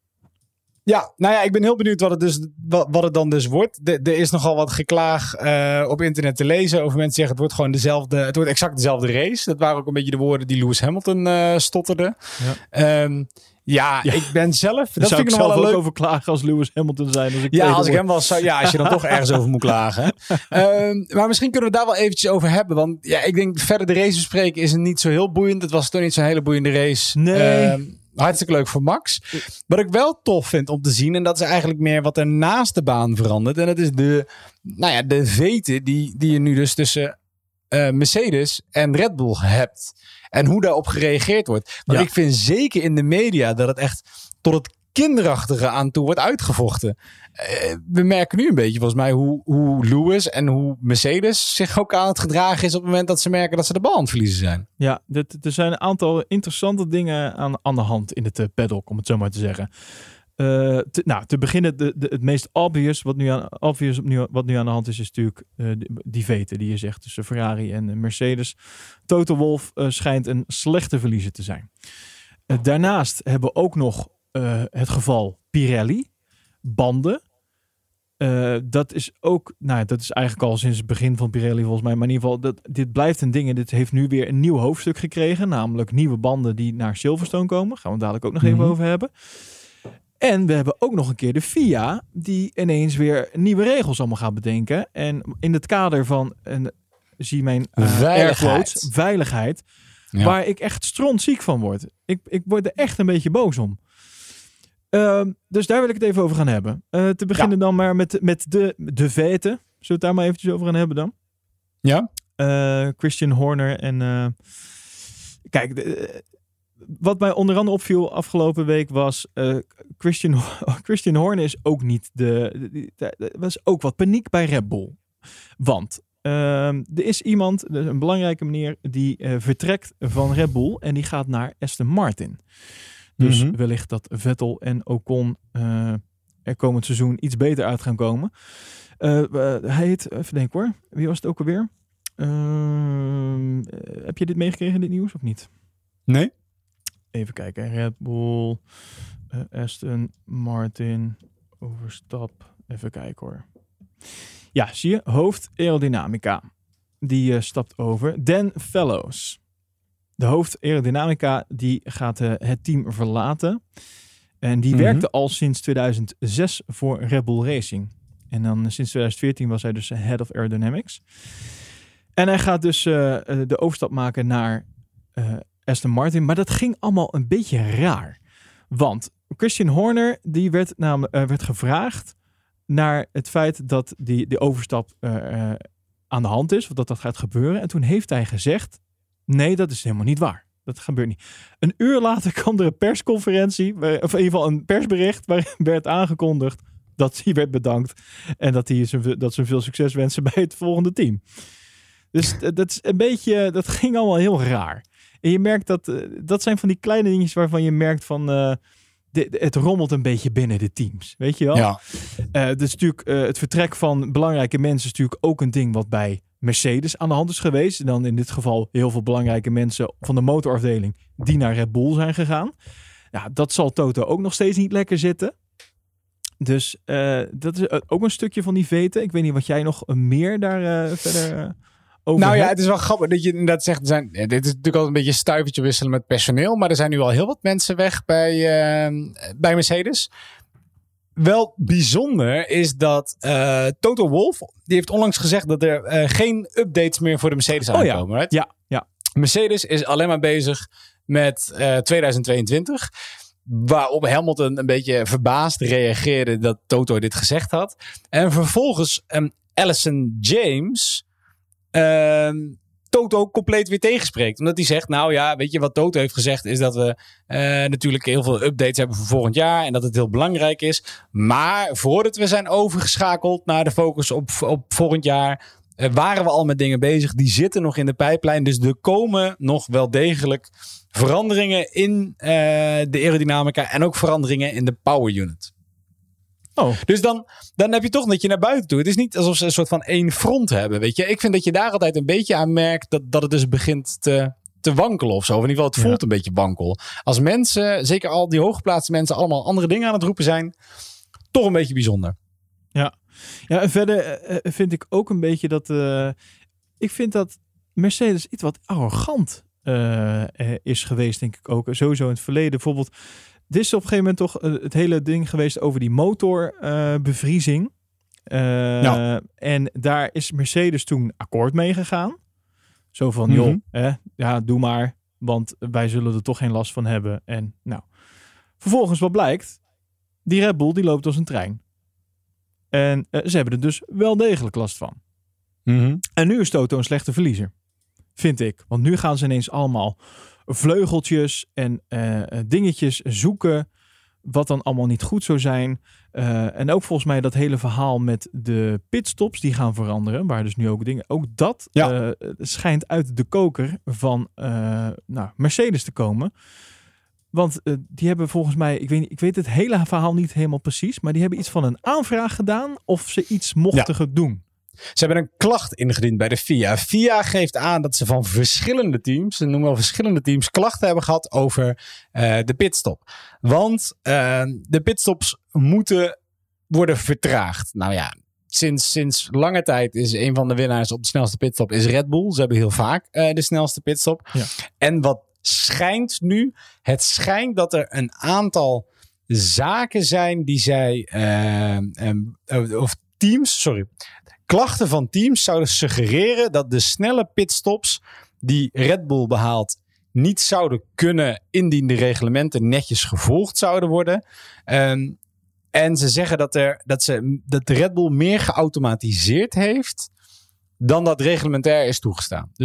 Ja, nou ja, ik ben heel benieuwd wat het, dus, wat, wat het dan dus wordt. De, er is nogal wat geklaag uh, op internet te lezen over mensen zeggen het wordt gewoon dezelfde, het wordt exact dezelfde race. Dat waren ook een beetje de woorden die Lewis Hamilton uh, stotterde. Ja, um, ja, ja, ik ben zelf... Dat zou vind ik nog wel leuk over klagen als Lewis Hamilton zijn. Als ik ja, als ik hem was, zou, ja, als je dan toch ergens over moet klagen. Um, maar misschien kunnen we daar wel eventjes over hebben. Want ja, ik denk verder de race bespreken is niet zo heel boeiend. Het was toch niet zo'n hele boeiende race. Nee. Um, Hartstikke leuk voor Max. Wat ik wel tof vind om te zien, en dat is eigenlijk meer wat er naast de baan verandert. En dat is de, nou ja, de veten die, die je nu dus tussen uh, Mercedes en Red Bull hebt. En hoe daarop gereageerd wordt. Want ja. ik vind zeker in de media dat het echt tot het kinderachtige aan toe wordt uitgevochten. Uh, we merken nu een beetje volgens mij hoe, hoe Lewis en hoe Mercedes zich ook aan het gedragen is op het moment dat ze merken dat ze de bal aan het verliezen zijn. Ja, dit, er zijn een aantal interessante dingen aan, aan de hand in het uh, paddock, om het zo maar te zeggen. Uh, te, nou, te beginnen, de, de, het meest obvious, wat nu, aan, obvious nu, wat nu aan de hand is, is natuurlijk uh, die, die veten die je zegt tussen Ferrari en Mercedes. Toto Wolff uh, schijnt een slechte verliezer te zijn. Uh, daarnaast hebben we ook nog uh, het geval Pirelli. Banden. Uh, dat is ook, nou, dat is eigenlijk al sinds het begin van Pirelli volgens mij. Maar in ieder geval, dat, dit blijft een ding. En dit heeft nu weer een nieuw hoofdstuk gekregen. Namelijk nieuwe banden die naar Silverstone komen. Gaan we dadelijk ook nog mm-hmm. even over hebben. En we hebben ook nog een keer de F I A. Die ineens weer nieuwe regels allemaal gaat bedenken. En in het kader van, en zie mijn uh, veiligheid. veiligheid. Ja. Waar ik echt strontziek van word. Ik, ik word er echt een beetje boos om. Uh, dus daar wil ik het even over gaan hebben. Uh, te beginnen ja. dan maar met, met de, de veten. Zullen we het daar maar eventjes over gaan hebben dan? Ja. Uh, Christian Horner en... Uh, kijk, de, wat mij onder andere opviel afgelopen week was... Uh, Christian, Christian Horner is ook niet de... Er was ook wat paniek bij Red Bull. Want Uh, er is iemand, een belangrijke meneer, die uh, vertrekt van Red Bull en die gaat naar Aston Martin. Dus mm-hmm. wellicht dat Vettel en Ocon uh, er komend seizoen iets beter uit gaan komen. Uh, uh, hij heet, even denken hoor, wie was het ook alweer? Uh, heb je dit meegekregen, dit nieuws, of niet? Nee. Even kijken, Red Bull, uh, Aston Martin, overstap, even kijken hoor. Ja, zie je, hoofd aerodynamica. Die uh, stapt over. Dan Fellows. De hoofd aerodynamica, die gaat uh, het team verlaten. En die mm-hmm. werkte al sinds tweeduizend zes voor Red Bull Racing. En dan uh, sinds tweeduizend veertien was hij dus Head of Aerodynamics. En hij gaat dus uh, de overstap maken naar uh, Aston Martin. Maar dat ging allemaal een beetje raar. Want Christian Horner, die werd, namelijk, uh, werd gevraagd naar het feit dat die, die overstap uh, uh, aan de hand is. Of dat dat gaat gebeuren. En toen heeft hij gezegd, nee, dat is helemaal niet waar. Dat gebeurt niet. Een uur later kwam er een persconferentie, of in ieder geval een persbericht, waarin werd aangekondigd dat hij werd bedankt. En dat, hij zijn, dat ze veel succes wensen bij het volgende team. Dus dat is een beetje, dat ging allemaal heel raar. En je merkt dat, dat zijn van die kleine dingetjes waarvan je merkt van, uh, de, de, het rommelt een beetje binnen de teams. Weet je wel? Ja. Uh, dus natuurlijk, uh, het vertrek van belangrijke mensen is natuurlijk ook een ding wat bij Mercedes aan de hand is geweest. En dan in dit geval heel veel belangrijke mensen van de motorafdeling die naar Red Bull zijn gegaan. Ja, dat zal Toto ook nog steeds niet lekker zitten. Dus uh, dat is ook een stukje van die veten. Ik weet niet wat jij nog meer daar uh, verder uh, over Nou hebt. ja, het is wel grappig dat je inderdaad zegt, er zijn, dit is natuurlijk altijd een beetje een stuivertje wisselen met personeel, maar er zijn nu al heel wat mensen weg bij, uh, bij Mercedes. Wel bijzonder is dat uh, Toto Wolff, die heeft onlangs gezegd dat er uh, geen updates meer voor de Mercedes aankomen. Oh ja. Right? ja, ja. Mercedes is alleen maar bezig met uh, tweeduizend tweeëntwintig. Waarop Hamilton een beetje verbaasd reageerde dat Toto dit gezegd had. En vervolgens um, Allison James uh, Toto compleet weer tegenspreekt. Omdat hij zegt, nou ja, weet je wat Toto heeft gezegd is dat we uh, natuurlijk heel veel updates hebben voor volgend jaar. En dat het heel belangrijk is. Maar voordat we zijn overgeschakeld naar de focus op, op volgend jaar, uh, waren we al met dingen bezig. Die zitten nog in de pijplijn. Dus er komen nog wel degelijk veranderingen in uh, de aerodynamica en ook veranderingen in de power unit. Oh. Dus dan, dan heb je toch dat je naar buiten toe. Het is niet alsof ze een soort van één front hebben. Weet je? Ik vind dat je daar altijd een beetje aan merkt dat, dat het dus begint te, te wankelen of zo. Of in ieder geval, het voelt ja. een beetje wankel. Als mensen, zeker al die hooggeplaatste mensen, allemaal andere dingen aan het roepen zijn, toch een beetje bijzonder. Ja, ja en verder uh, vind ik ook een beetje dat Uh, ik vind dat Mercedes iets wat arrogant Uh, is geweest, denk ik ook. Sowieso in het verleden. Bijvoorbeeld, dit is op een gegeven moment toch uh, het hele ding geweest over die motorbevriezing. Uh, uh, ja. En daar is Mercedes toen akkoord mee gegaan. Zo van, mm-hmm. joh, eh, ja, doe maar, want wij zullen er toch geen last van hebben. En nou, vervolgens wat blijkt, die Red Bull die loopt als een trein. En uh, ze hebben er dus wel degelijk last van. Mm-hmm. En nu is Toto een slechte verliezer. Vind ik. Want nu gaan ze ineens allemaal vleugeltjes en uh, dingetjes zoeken wat dan allemaal niet goed zou zijn. Uh, en ook volgens mij dat hele verhaal met de pitstops die gaan veranderen. Waar dus nu ook dingen... Ook dat ja. uh, schijnt uit de koker van uh, nou, Mercedes te komen. Want uh, die hebben volgens mij... Ik weet, niet, ik weet het hele verhaal niet helemaal precies. Maar die hebben iets van een aanvraag gedaan of ze iets mochten ja. doen. Ze hebben een klacht ingediend bij de F I A. F I A geeft aan dat ze van verschillende teams, ze noemen wel verschillende teams, klachten hebben gehad over uh, de pitstop. Want uh, de pitstops moeten worden vertraagd. Nou ja, sinds, sinds lange tijd is een van de winnaars op de snelste pitstop is Red Bull. Ze hebben heel vaak uh, de snelste pitstop. Ja. En wat schijnt nu? Het schijnt dat er een aantal zaken zijn die zij uh, um, uh, of teams, sorry. Klachten van teams zouden suggereren dat de snelle pitstops die Red Bull behaalt niet zouden kunnen indien de reglementen netjes gevolgd zouden worden. Um, en ze zeggen dat, er, dat, ze, dat de Red Bull meer geautomatiseerd heeft dan dat reglementair is toegestaan. Dus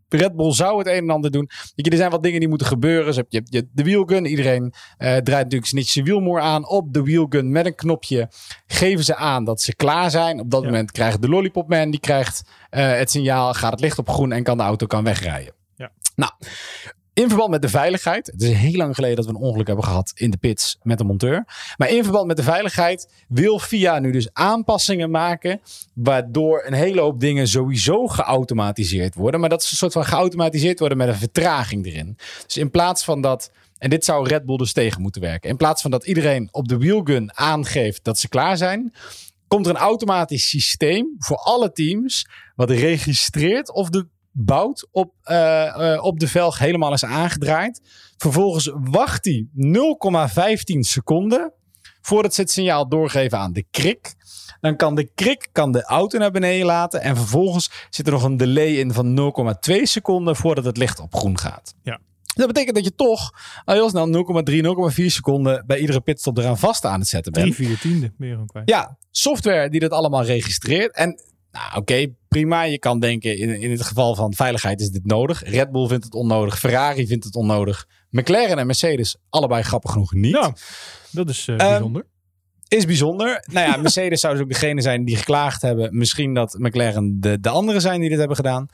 Red Bull zou het een en ander doen. Je, er zijn wat dingen die moeten gebeuren. Dus je hebt je, de wheelgun. Iedereen uh, draait natuurlijk netjes zijn wielmoer aan. Op de wheelgun met een knopje geven ze aan dat ze klaar zijn. Op dat ja. moment krijgt de Lollipopman, die krijgt uh, het signaal, gaat het licht op groen en kan de auto kan wegrijden. Ja. Nou, in verband met de veiligheid. Het is heel lang geleden dat we een ongeluk hebben gehad in de pits met een monteur. Maar in verband met de veiligheid wil F I A nu dus aanpassingen maken. Waardoor een hele hoop dingen sowieso geautomatiseerd worden. Maar dat ze een soort van geautomatiseerd worden met een vertraging erin. Dus in plaats van dat... En dit zou Red Bull dus tegen moeten werken. In plaats van dat iedereen op de wheelgun aangeeft dat ze klaar zijn, komt er een automatisch systeem voor alle teams wat registreert of de bout op, uh, uh, op de velg helemaal is aangedraaid. Vervolgens wacht hij nul komma vijftien seconden voordat ze het signaal doorgeven aan de krik. Dan kan de krik kan de auto naar beneden laten en vervolgens zit er nog een delay in van nul komma twee seconden voordat het licht op groen gaat. Ja. Dat betekent dat je toch al heel snel nul komma drie, nul komma vier seconden bij iedere pitstop eraan vast aan het zetten bent. drie vier tiende meer ook kwijt. Ja, software die dat allemaal registreert. En nou, oké, okay, prima. Je kan denken, in, in het geval van veiligheid is dit nodig. Red Bull vindt het onnodig. Ferrari vindt het onnodig. McLaren en Mercedes allebei grappig genoeg niet. Nou, dat is uh, bijzonder. Um, is bijzonder. Nou ja, Mercedes zou dus ook degene zijn die geklaagd hebben. Misschien dat McLaren de, de andere zijn die dit hebben gedaan.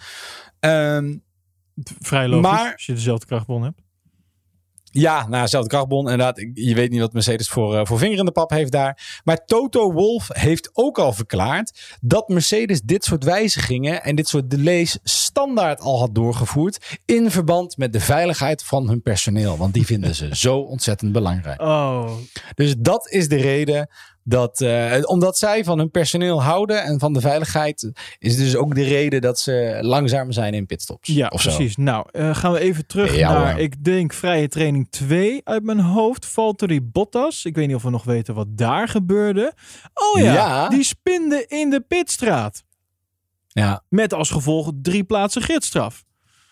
Um, Vrij logisch, maar, als je dezelfde krachtbron hebt. Ja, nou, dezelfde krachtbron. Inderdaad, je weet niet wat Mercedes voor, uh, voor vinger in de pap heeft daar. Maar Toto Wolff heeft ook al verklaard dat Mercedes dit soort wijzigingen en dit soort delays standaard al had doorgevoerd in verband met de veiligheid van hun personeel. Want die vinden ze zo ontzettend belangrijk. Oh. Dus dat is de reden dat, uh, omdat zij van hun personeel houden en van de veiligheid, is dus ook de reden dat ze langzamer zijn in pitstops. Ja, of precies. Zo. Nou, uh, gaan we even terug ja, naar, hoor. ik denk, vrije training twee uit mijn hoofd. Valtteri Bottas. Ik weet niet of we nog weten wat daar gebeurde. Oh ja, ja. Die spinde in de pitstraat. Ja. Met als gevolg drie plaatsen gidsstraf.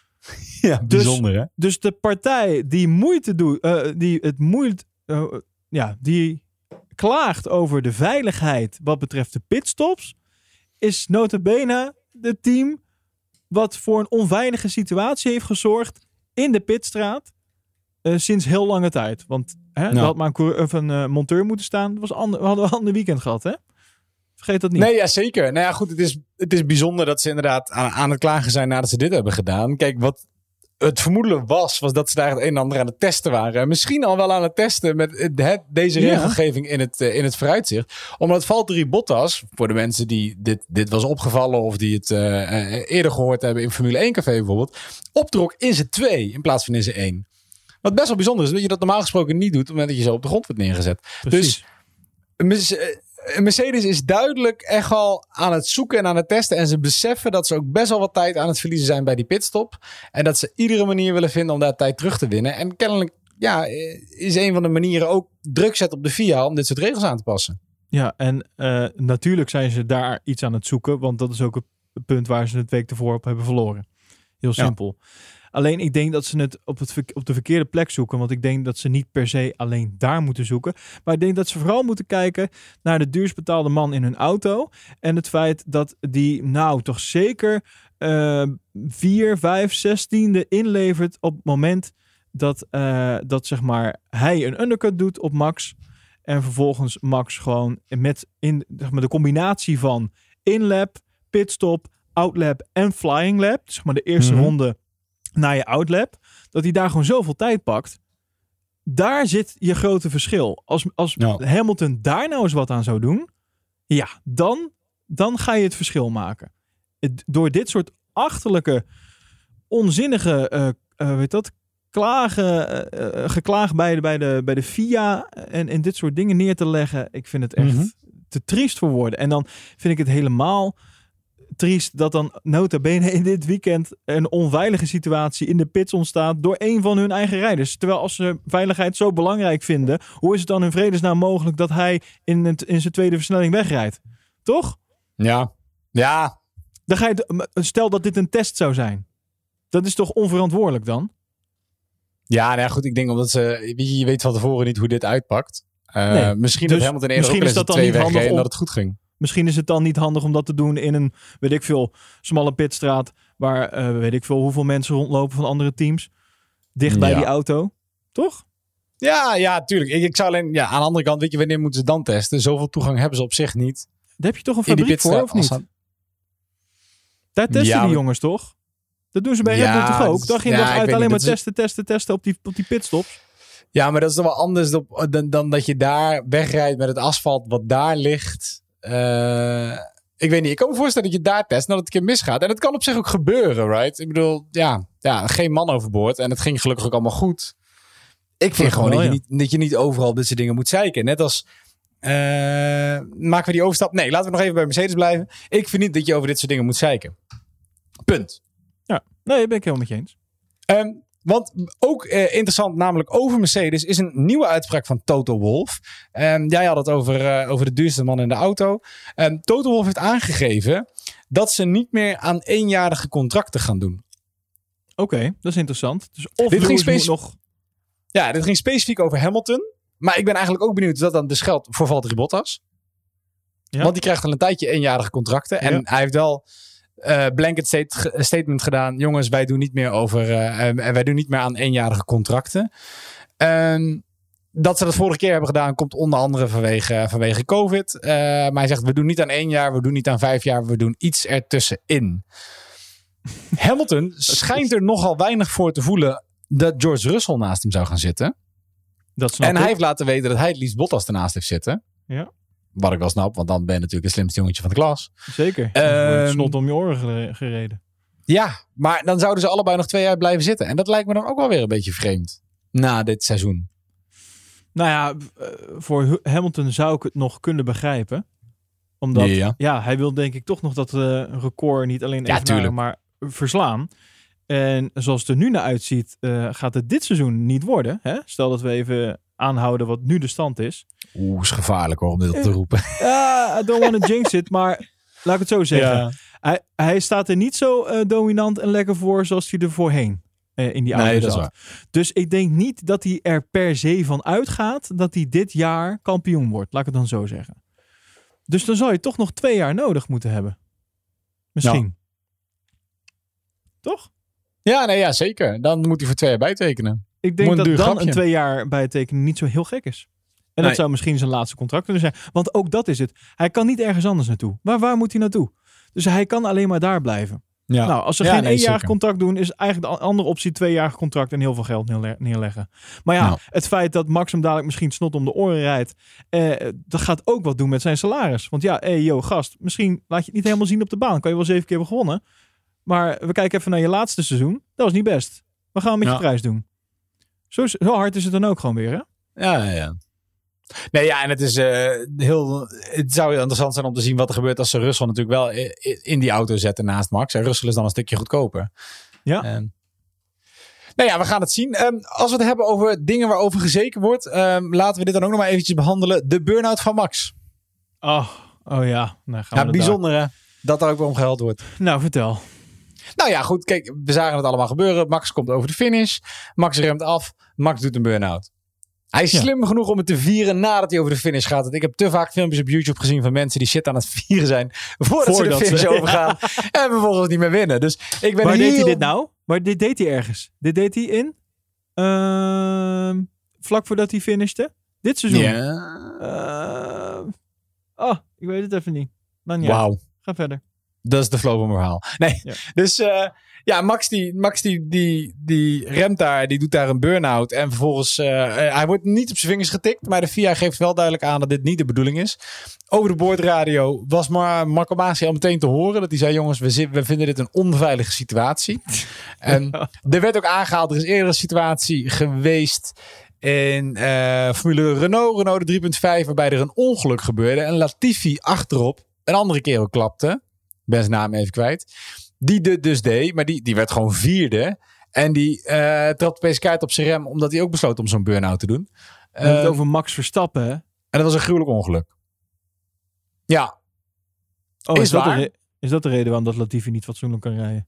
Ja, bijzonder dus, hè? Dus de partij die moeite doet, uh, die het moeite, uh, ja, die klaagt over de veiligheid wat betreft de pitstops, is nota bene het team wat voor een onveilige situatie heeft gezorgd in de pitstraat uh, sinds heel lange tijd. Want hè, nou. er had maar een, of een uh, monteur moeten staan. Dat was ander, we hadden een ander weekend gehad, hè? Vergeet dat niet. Nee, ja, zeker. Nou ja, goed, het is, het is bijzonder dat ze inderdaad aan, aan het klagen zijn nadat ze dit hebben gedaan. Kijk, wat het vermoedelijk was, was dat ze daar het een en ander aan het testen waren. Misschien al wel aan het testen met het, het, deze ja. regelgeving in het, uh, in het vooruitzicht. Omdat Valtteri Bottas, voor de mensen die dit, dit was opgevallen of die het uh, uh, eerder gehoord hebben in Formule één Café bijvoorbeeld, optrok in zijn twee in plaats van in zijn één. Wat best wel bijzonder is, dat je dat normaal gesproken niet doet, op het moment dat je zo op de grond wordt neergezet. Precies. Dus Mercedes is duidelijk echt al aan het zoeken en aan het testen. En ze beseffen dat ze ook best wel wat tijd aan het verliezen zijn bij die pitstop. En dat ze iedere manier willen vinden om daar tijd terug te winnen. En kennelijk ja, is een van de manieren ook druk zetten op de F I A om dit soort regels aan te passen. Ja, en uh, natuurlijk zijn ze daar iets aan het zoeken. Want dat is ook het punt waar ze het week tevoren op hebben verloren. Heel simpel. Ja. Alleen ik denk dat ze het op, het op de verkeerde plek zoeken. Want ik denk dat ze niet per se alleen daar moeten zoeken. Maar ik denk dat ze vooral moeten kijken naar de duurst betaalde man in hun auto. En het feit dat die nou toch zeker uh, vier, vijf, zestiende inlevert op het moment dat, uh, dat zeg maar hij een undercut doet op Max. En vervolgens Max gewoon met in, zeg maar, de combinatie van inlap, pitstop, outlap en flying lap. Zeg maar de eerste mm-hmm. ronde naar je outlap, dat hij daar gewoon zoveel tijd pakt. Daar zit je grote verschil. Als, als ja. Hamilton daar nou eens wat aan zou doen, ja, dan, dan ga je het verschil maken. Het, door dit soort achterlijke, onzinnige, uh, uh, weet dat, klagen, uh, uh, geklaag bij de, bij, de, bij de F I A en, en dit soort dingen neer te leggen, ik vind het echt mm-hmm. te triest voor woorden. En dan vind ik het helemaal triest dat dan nota bene in dit weekend een onveilige situatie in de pits ontstaat door een van hun eigen rijders. Terwijl als ze veiligheid zo belangrijk vinden, hoe is het dan in vredesnaam mogelijk dat hij in, het, in zijn tweede versnelling wegrijdt? Toch? Ja. Ja. Dan ga je, stel dat dit een test zou zijn. Dat is toch onverantwoordelijk dan? Ja, nou ja, goed. Ik denk omdat ze, je weet van tevoren niet hoe dit uitpakt. Uh, nee, misschien dus, dat Hamilton eerder ook eens twee wegreed en dat het goed ging. Misschien is het dan niet handig om dat te doen in een, weet ik veel, smalle pitstraat Waar, uh, weet ik veel, hoeveel mensen rondlopen van andere teams. Dicht bij ja. die auto. Toch? Ja, ja, tuurlijk. Ik, ik zou alleen, ja, aan de andere kant, weet je, wanneer moeten ze dan testen? Zoveel toegang hebben ze op zich niet. Daar heb je toch een fabriek voor, of niet? Aan... Daar testen ja, die jongens toch? Dat doen ze bij ja, Red Bull toch ook? Dag in ja, dag uit alleen maar testen, testen, testen op die, op die pitstops. Ja, maar dat is toch wel anders dan, dan, dan dat je daar wegrijdt met het asfalt wat daar ligt. Uh, ik weet niet, ik kan me voorstellen dat je daar test en dat het een keer misgaat. En dat kan op zich ook gebeuren, right? Ik bedoel, ja, ja geen man overboord. En het ging gelukkig ook allemaal goed. Ik vind gewoon wel, dat, ja. je niet, dat je niet overal dit soort dingen moet zeiken. Net als, uh, maken we die overstap? Nee, laten we nog even bij Mercedes blijven. Ik vind niet dat je over dit soort dingen moet zeiken. Punt. Ja, nee, ben ik helemaal met je eens. Um, Want ook uh, interessant, namelijk over Mercedes, is een nieuwe uitspraak van Toto Wolff. Um, jij had het over, uh, over de duurste man in de auto. Um, Toto Wolff heeft aangegeven dat ze niet meer aan eenjarige contracten gaan doen. Oké, okay, dat is interessant. Dus of dit ging specif- nog... Ja, dit ging specifiek over Hamilton. Maar ik ben eigenlijk ook benieuwd of dat dan dus geldt voor Valtteri Bottas. Ja. Want die krijgt al een tijdje eenjarige contracten. En ja. hij heeft wel... Uh, blanket state, statement gedaan. Jongens, wij doen niet meer over uh, uh, wij doen niet meer aan eenjarige contracten. Um, dat ze dat vorige keer hebben gedaan, komt onder andere vanwege, uh, vanwege COVID. Uh, maar hij zegt, we doen niet aan één jaar, we doen niet aan vijf jaar, we doen iets ertussenin. Hamilton schijnt er nogal weinig voor te voelen dat George Russell naast hem zou gaan zitten. Dat snap en ik. hij heeft laten weten dat hij het liefst Bottas ernaast heeft zitten. Ja. Wat ik wel snap, want dan ben je natuurlijk het slimste jongetje van de klas. Zeker. Um, snot om je oren gereden. Ja, maar dan zouden ze allebei nog twee jaar blijven zitten. En dat lijkt me dan ook wel weer een beetje vreemd. Na dit seizoen. Nou ja, voor Hamilton zou ik het nog kunnen begrijpen. Omdat, ja, ja. ja hij wil denk ik toch nog dat uh, record niet alleen evenaren, ja, maar verslaan. En zoals het er nu naar uitziet, uh, gaat het dit seizoen niet worden. Hè? Stel dat we even aanhouden wat nu de stand is. Oeh, is gevaarlijk hoor, om dit te roepen. Ja, uh, I don't want to jinx it, maar laat ik het zo zeggen. Ja. Hij, hij staat er niet zo uh, dominant en lekker voor zoals hij er voorheen uh, in die auto nee, zat. Dat is waar. Dus ik denk niet dat hij er per se van uitgaat dat hij dit jaar kampioen wordt. Laat ik het dan zo zeggen. Dus dan zou je toch nog twee jaar nodig moeten hebben. Misschien. Ja. Toch? Ja, nee, ja, zeker. Dan moet hij voor twee jaar bijtekenen. Ik denk dat dan grapje. een twee jaar bijtekenen niet zo heel gek is. En dat nee. zou misschien zijn laatste contract kunnen zijn. Want ook dat is het. Hij kan niet ergens anders naartoe. Maar waar moet hij naartoe? Dus hij kan alleen maar daar blijven. Ja. Nou, als ze ja, geen nee, eenjarig contract doen, is eigenlijk de andere optie tweejarig contract en heel veel geld neerleggen. Maar ja, nou. het feit dat Max hem dadelijk misschien snot om de oren rijdt, eh, dat gaat ook wat doen met zijn salaris. Want ja, hé, hey, yo, gast, misschien laat je het niet helemaal zien op de baan. Kan je wel zeven keer hebben gewonnen. Maar we kijken even naar je laatste seizoen. Dat was niet best. We gaan met ja. je prijs doen. Zo, zo hard is het dan ook gewoon weer, hè? Ja, ja, ja. Nee, ja, en het is uh, heel... Het zou heel interessant zijn om te zien wat er gebeurt als ze Russell natuurlijk wel in die auto zetten naast Max. En Russell is dan een stukje goedkoper. Ja. Um, nou ja, we gaan het zien. Um, als we het hebben over dingen waarover gezeken wordt, um, laten we dit dan ook nog maar eventjes behandelen. De burn-out van Max. Oh, oh ja. Nou, gaan we ja, bijzonder hè, dat er ook weer om gehuild wordt. Nou, vertel. Nou ja, goed. Kijk, we zagen het allemaal gebeuren. Max komt over de finish. Max remt af. Max doet een burn-out. Hij is ja. slim genoeg om het te vieren nadat hij over de finish gaat. Want ik heb te vaak filmpjes op YouTube gezien van mensen die shit aan het vieren zijn voordat, voordat ze de finish ze, overgaan ja. en vervolgens niet meer winnen. Dus ik ben Waar heel... deed hij dit nou? Maar dit deed hij ergens. Dit deed hij in uh, vlak voordat hij finishte. Dit seizoen. Ja. Uh, oh, ik weet het even niet. Dan ja. Wauw. Ga verder. Dat is de flow van mijn verhaal. Nee, ja. dus uh, ja, Max, die, Max die, die, die remt daar, die doet daar een burn-out. En vervolgens, uh, uh, hij wordt niet op zijn vingers getikt. Maar de F I A geeft wel duidelijk aan dat dit niet de bedoeling is. Over de boordradio was Mar- Marco Masi al meteen te horen. Dat hij zei, jongens, we, zit, we vinden dit een onveilige situatie. En er werd ook aangehaald, er is eerder een situatie geweest in uh, Formule Renault, Renault de drie punt vijf, waarbij er een ongeluk gebeurde. En Latifi achterop een andere kerel klapte. Ik ben zijn naam even kwijt. Die dit dus deed, maar die, die werd gewoon vierde. En die uh, trapte opeens kaart op zijn rem, omdat hij ook besloot om zo'n burn-out te doen. We uh, hebben het over Max Verstappen, hè? En dat was een gruwelijk ongeluk. Ja. Oh, is, is, dat de re- is dat de reden waarom dat Latifi niet fatsoenlijk kan rijden?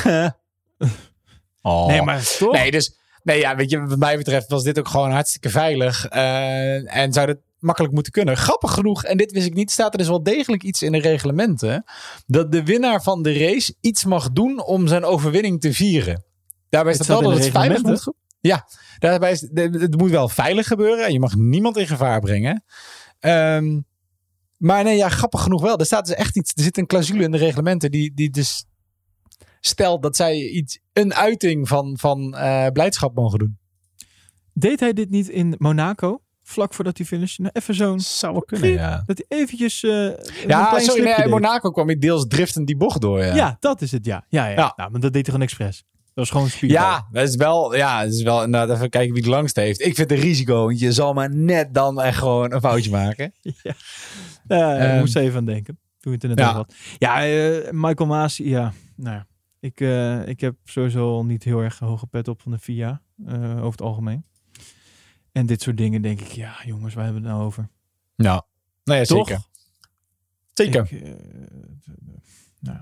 oh. Nee, maar toch? Nee, dus... Nee, ja, weet je, wat mij betreft was dit ook gewoon hartstikke veilig. Uh, en zou het... makkelijk moeten kunnen. Grappig genoeg, en dit wist ik niet, staat er dus wel degelijk iets in de reglementen, dat de winnaar van de race iets mag doen om zijn overwinning te vieren. Daarbij staat wel dat het veilig moet. Ja, daarbij is, het moet wel veilig gebeuren en je mag niemand in gevaar brengen. Um, maar nee, ja, grappig genoeg wel. Er staat dus echt iets, er zit een clausule in de reglementen die, die dus stelt dat zij iets, een uiting van, van uh, blijdschap mogen doen. Deed hij dit niet in Monaco? Vlak voordat hij finished? Nou, even zo'n... Zou wel kunnen, ja. Dat hij eventjes... Uh, ja, sorry, nee, in Monaco kwam hij deels driftend die bocht door. Ja, ja dat is het, ja. Ja, ja. ja. Nou, maar dat deed hij gewoon expres. Dat was gewoon speed. Ja, dat is wel, ja, dat is wel inderdaad even kijken wie het langste heeft. Ik vind het een risico, want je zal maar net dan echt gewoon een foutje maken. ja, uh, um, ik moest even aan denken. Toen het inderdaad ja. had. Ja, uh, Michael Maas, ja, nou ja. Ik, uh, ik heb sowieso niet heel erg hoge pet op van de F I A, uh, over het algemeen. En dit soort dingen denk ik, ja jongens, waar hebben we het nou over? Ja, nou ja, Toch? zeker. Zeker. Ik, uh, nou.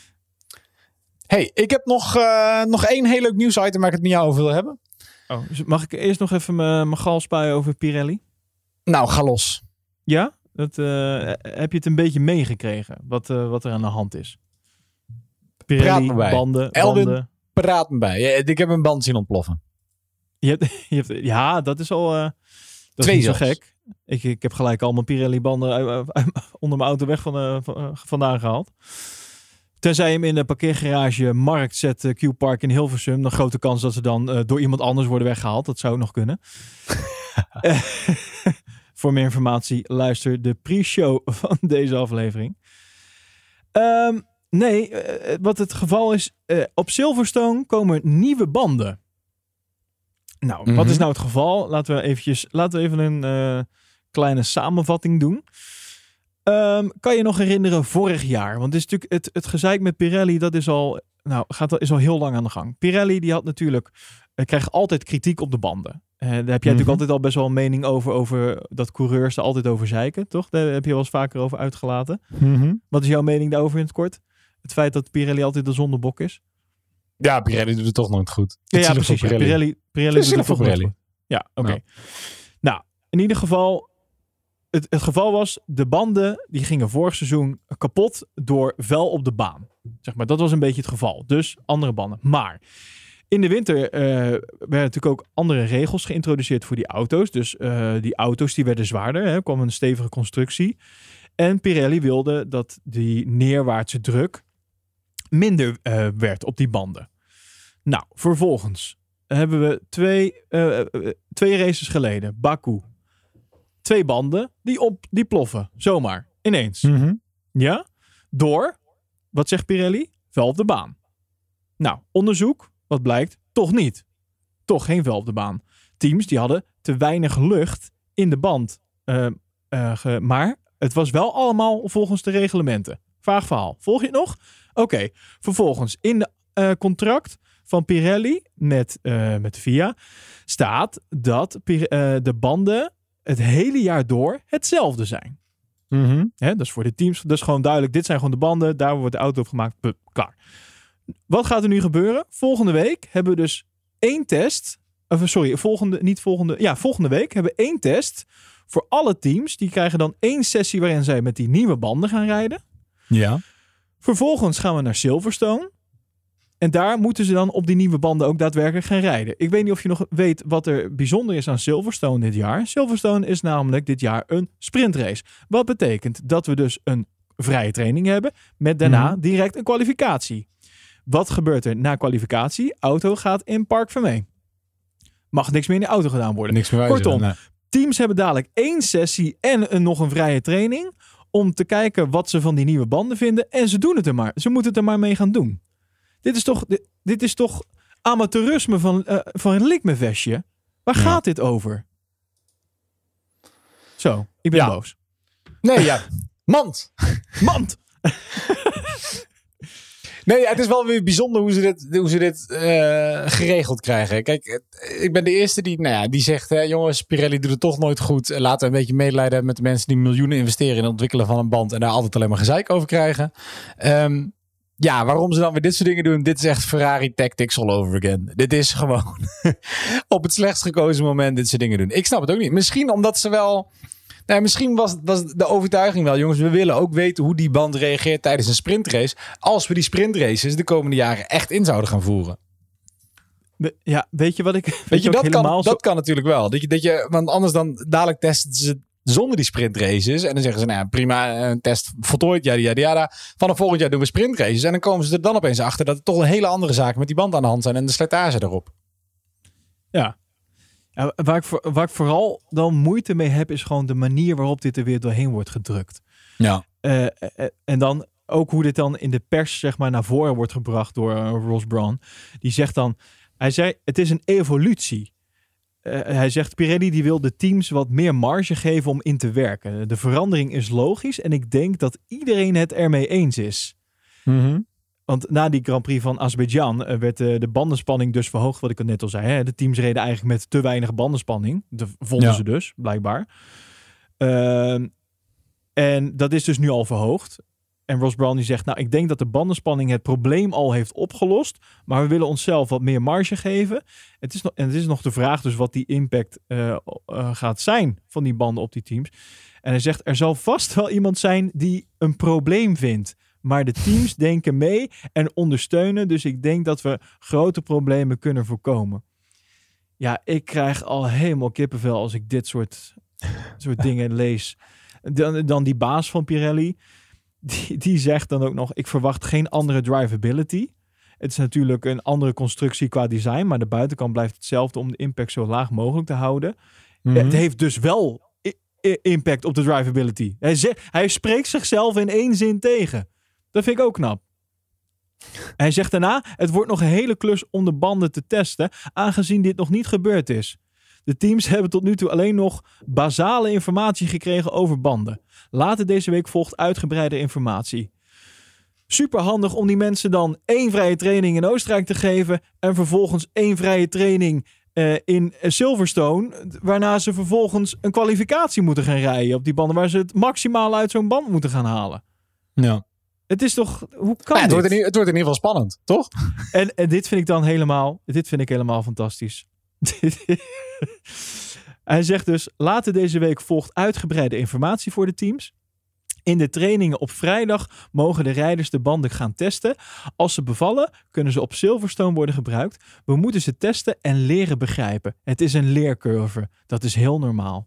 Hey, ik heb nog, uh, nog één heel leuk nieuwsitem waar ik het met jou over wil hebben. Oh, dus mag ik eerst nog even mijn gal spuien over Pirelli? Nou, ga los. Ja? Dat, uh, heb je het een beetje meegekregen, wat, uh, wat er aan de hand is? Pirelli, praat me bij. banden, Elwin, banden. praat me bij. Ja, ik heb een band zien ontploffen. Je hebt, je hebt, ja, dat is al uh, dat Twee is niet zo zelfs. gek. Ik, ik heb gelijk allemaal Pirelli banden uit, uit, uit, onder mijn auto weg van, uh, van, uh, vandaan gehaald. Tenzij je hem in de parkeergarage Markt zet, uh, Q-Park in Hilversum. Dan grote kans dat ze dan uh, door iemand anders worden weggehaald. Dat zou ook nog kunnen. uh, voor meer informatie luister de pre-show van deze aflevering. Um, nee, uh, wat het geval is. Uh, op Silverstone komen nieuwe banden. Nou, mm-hmm. Wat is nou het geval? Laten we eventjes, laten we even een uh, kleine samenvatting doen. Um, kan je nog herinneren vorig jaar? Want het is natuurlijk het, het gezeik met Pirelli, dat is al, nou, gaat, is al heel lang aan de gang. Pirelli die had natuurlijk, uh, krijgt altijd kritiek op de banden. Uh, daar heb jij mm-hmm. natuurlijk altijd al best wel een mening over, over dat coureurs er altijd over zeiken, toch? Daar heb je wel eens vaker over uitgelaten. Mm-hmm. Wat is jouw mening daarover in het kort? Het feit dat Pirelli altijd de zondebok is? Ja, Pirelli doet het toch nooit goed. Ja, ja precies. Pirelli, ja. Pirelli, Pirelli doet het toch Pirelli. Nooit goed. Ja, oké. Okay. Nou. nou, in ieder geval... Het, het geval was, de banden die gingen vorig seizoen kapot door vuil op de baan. Zeg maar, dat was een beetje het geval. Dus andere banden. Maar in de winter uh, werden natuurlijk ook andere regels geïntroduceerd voor die auto's. Dus uh, die auto's die werden zwaarder. Er kwam een stevige constructie. En Pirelli wilde dat die neerwaartse druk minder uh, werd op die banden. Nou, vervolgens hebben we twee, uh, uh, twee races geleden. Baku. Twee banden die, op, die ploffen. Zomaar. Ineens. Mm-hmm. Ja? Door, wat zegt Pirelli? Vuil op de baan. Nou, onderzoek. Wat blijkt? Toch niet. Toch geen vuil op de baan. Teams die hadden te weinig lucht in de band. Uh, uh, ge, maar het was wel allemaal volgens de reglementen. Vaag verhaal. Volg je het nog? Oké. Okay. Vervolgens in de uh, contract van Pirelli met, uh, met de F I A staat dat uh, de banden het hele jaar door hetzelfde zijn. Mm-hmm. Hè, dat is voor de teams. Dat is gewoon duidelijk. Dit zijn gewoon de banden. Daar wordt de auto op gemaakt. Pup, klaar. Wat gaat er nu gebeuren? Volgende week hebben we dus één test. Of sorry, volgende, niet volgende. Ja, volgende week hebben we één test voor alle teams. Die krijgen dan één sessie waarin zij met die nieuwe banden gaan rijden. Ja. Vervolgens gaan we naar Silverstone. En daar moeten ze dan op die nieuwe banden ook daadwerkelijk gaan rijden. Ik weet niet of je nog weet wat er bijzonder is aan Silverstone dit jaar. Silverstone is namelijk dit jaar een sprintrace. Wat betekent dat we dus een vrije training hebben met daarna mm. direct een kwalificatie. Wat gebeurt er na kwalificatie? Auto gaat in Parc Fermé. Mag niks meer in de auto gedaan worden. Niks meer Kortom, nee. Teams hebben dadelijk één sessie en een, nog een vrije training om te kijken wat ze van die nieuwe banden vinden. En ze doen het er maar. Ze moeten het er maar mee gaan doen. Dit is toch, dit, dit is toch amateurisme van, uh, van een likmevestje? Waar ja. gaat dit over? Zo, ik ben ja. boos. Nee, ja. Mand. Mand. Nee, ja, het is wel weer bijzonder hoe ze dit, hoe ze dit uh, geregeld krijgen. Kijk, ik ben de eerste die, nou ja, die zegt, hè, jongens, Pirelli doet het toch nooit goed. Laten we een beetje medelijden hebben met de mensen die miljoenen investeren in het ontwikkelen van een band en daar altijd alleen maar gezeik over krijgen. Um, Ja, waarom ze dan weer dit soort dingen doen, dit is echt Ferrari tactics all over again. Dit is gewoon op het slechtst gekozen moment dit soort dingen doen. Ik snap het ook niet. Misschien omdat ze wel... Nou, misschien was, was de overtuiging wel, jongens, we willen ook weten hoe die band reageert tijdens een sprintrace. Als we die sprintraces de komende jaren echt in zouden gaan voeren. Ja, weet je wat ik... Weet, weet je, dat kan, zo... dat kan natuurlijk wel. Dat je, dat je, want anders dan dadelijk testen ze zonder die sprintraces. En dan zeggen ze, nou ja, prima, een test voltooid, ja, ja, ja. Vanaf volgend jaar doen we sprintraces. En dan komen ze er dan opeens achter dat er toch een hele andere zaken met die band aan de hand zijn en de slijtage erop. Ja. ja waar, ik voor, waar ik vooral dan moeite mee heb, is gewoon de manier waarop dit er weer doorheen wordt gedrukt. Ja. Uh, uh, en dan ook hoe dit dan in de pers, zeg maar, naar voren wordt gebracht door uh, Ross Brawn. Die zegt dan, hij zei, het is een evolutie. Uh, hij zegt, Pirelli die wil de teams wat meer marge geven om in te werken. De verandering is logisch en ik denk dat iedereen het ermee eens is. Mm-hmm. Want na die Grand Prix van Azerbeidzjan uh, werd uh, de bandenspanning dus verhoogd, wat ik net al zei. Hè? De teams reden eigenlijk met te weinig bandenspanning. Dat vonden ja. ze dus, blijkbaar. Uh, en dat is dus nu al verhoogd. En Ross Brawn die zegt, nou, ik denk dat de bandenspanning het probleem al heeft opgelost. Maar we willen onszelf wat meer marge geven. Het is nog, en het is nog de vraag dus wat die impact uh, uh, gaat zijn van die banden op die teams. En hij zegt, er zal vast wel iemand zijn die een probleem vindt. Maar de teams denken mee en ondersteunen. Dus ik denk dat we grote problemen kunnen voorkomen. Ja, ik krijg al helemaal kippenvel als ik dit soort, soort dingen lees. Dan, dan die baas van Pirelli. Die, die zegt dan ook nog, ik verwacht geen andere drivability. Het is natuurlijk een andere constructie qua design, maar de buitenkant blijft hetzelfde om de impact zo laag mogelijk te houden. Mm-hmm. Het heeft dus wel I- I- impact op de drivability. Hij, zegt, hij spreekt zichzelf in één zin tegen. Dat vind ik ook knap. Hij zegt daarna, het wordt nog een hele klus om de banden te testen, aangezien dit nog niet gebeurd is. De teams hebben tot nu toe alleen nog basale informatie gekregen over banden. Later deze week volgt uitgebreide informatie. Super handig om die mensen dan één vrije training in Oostenrijk te geven en vervolgens één vrije training uh, in Silverstone, waarna ze vervolgens een kwalificatie moeten gaan rijden op die banden waar ze het maximaal uit zo'n band moeten gaan halen. Ja. Het is toch, hoe kan ja, het, dit? wordt in, het wordt in ieder geval spannend, toch? En, en dit vind ik dan helemaal, dit vind ik helemaal fantastisch. Hij zegt dus, later deze week volgt uitgebreide informatie voor de teams. In de trainingen op vrijdag mogen de rijders de banden gaan testen. Als ze bevallen, kunnen ze op Silverstone worden gebruikt. We moeten ze testen en leren begrijpen. Het is een leercurve. Dat is heel normaal.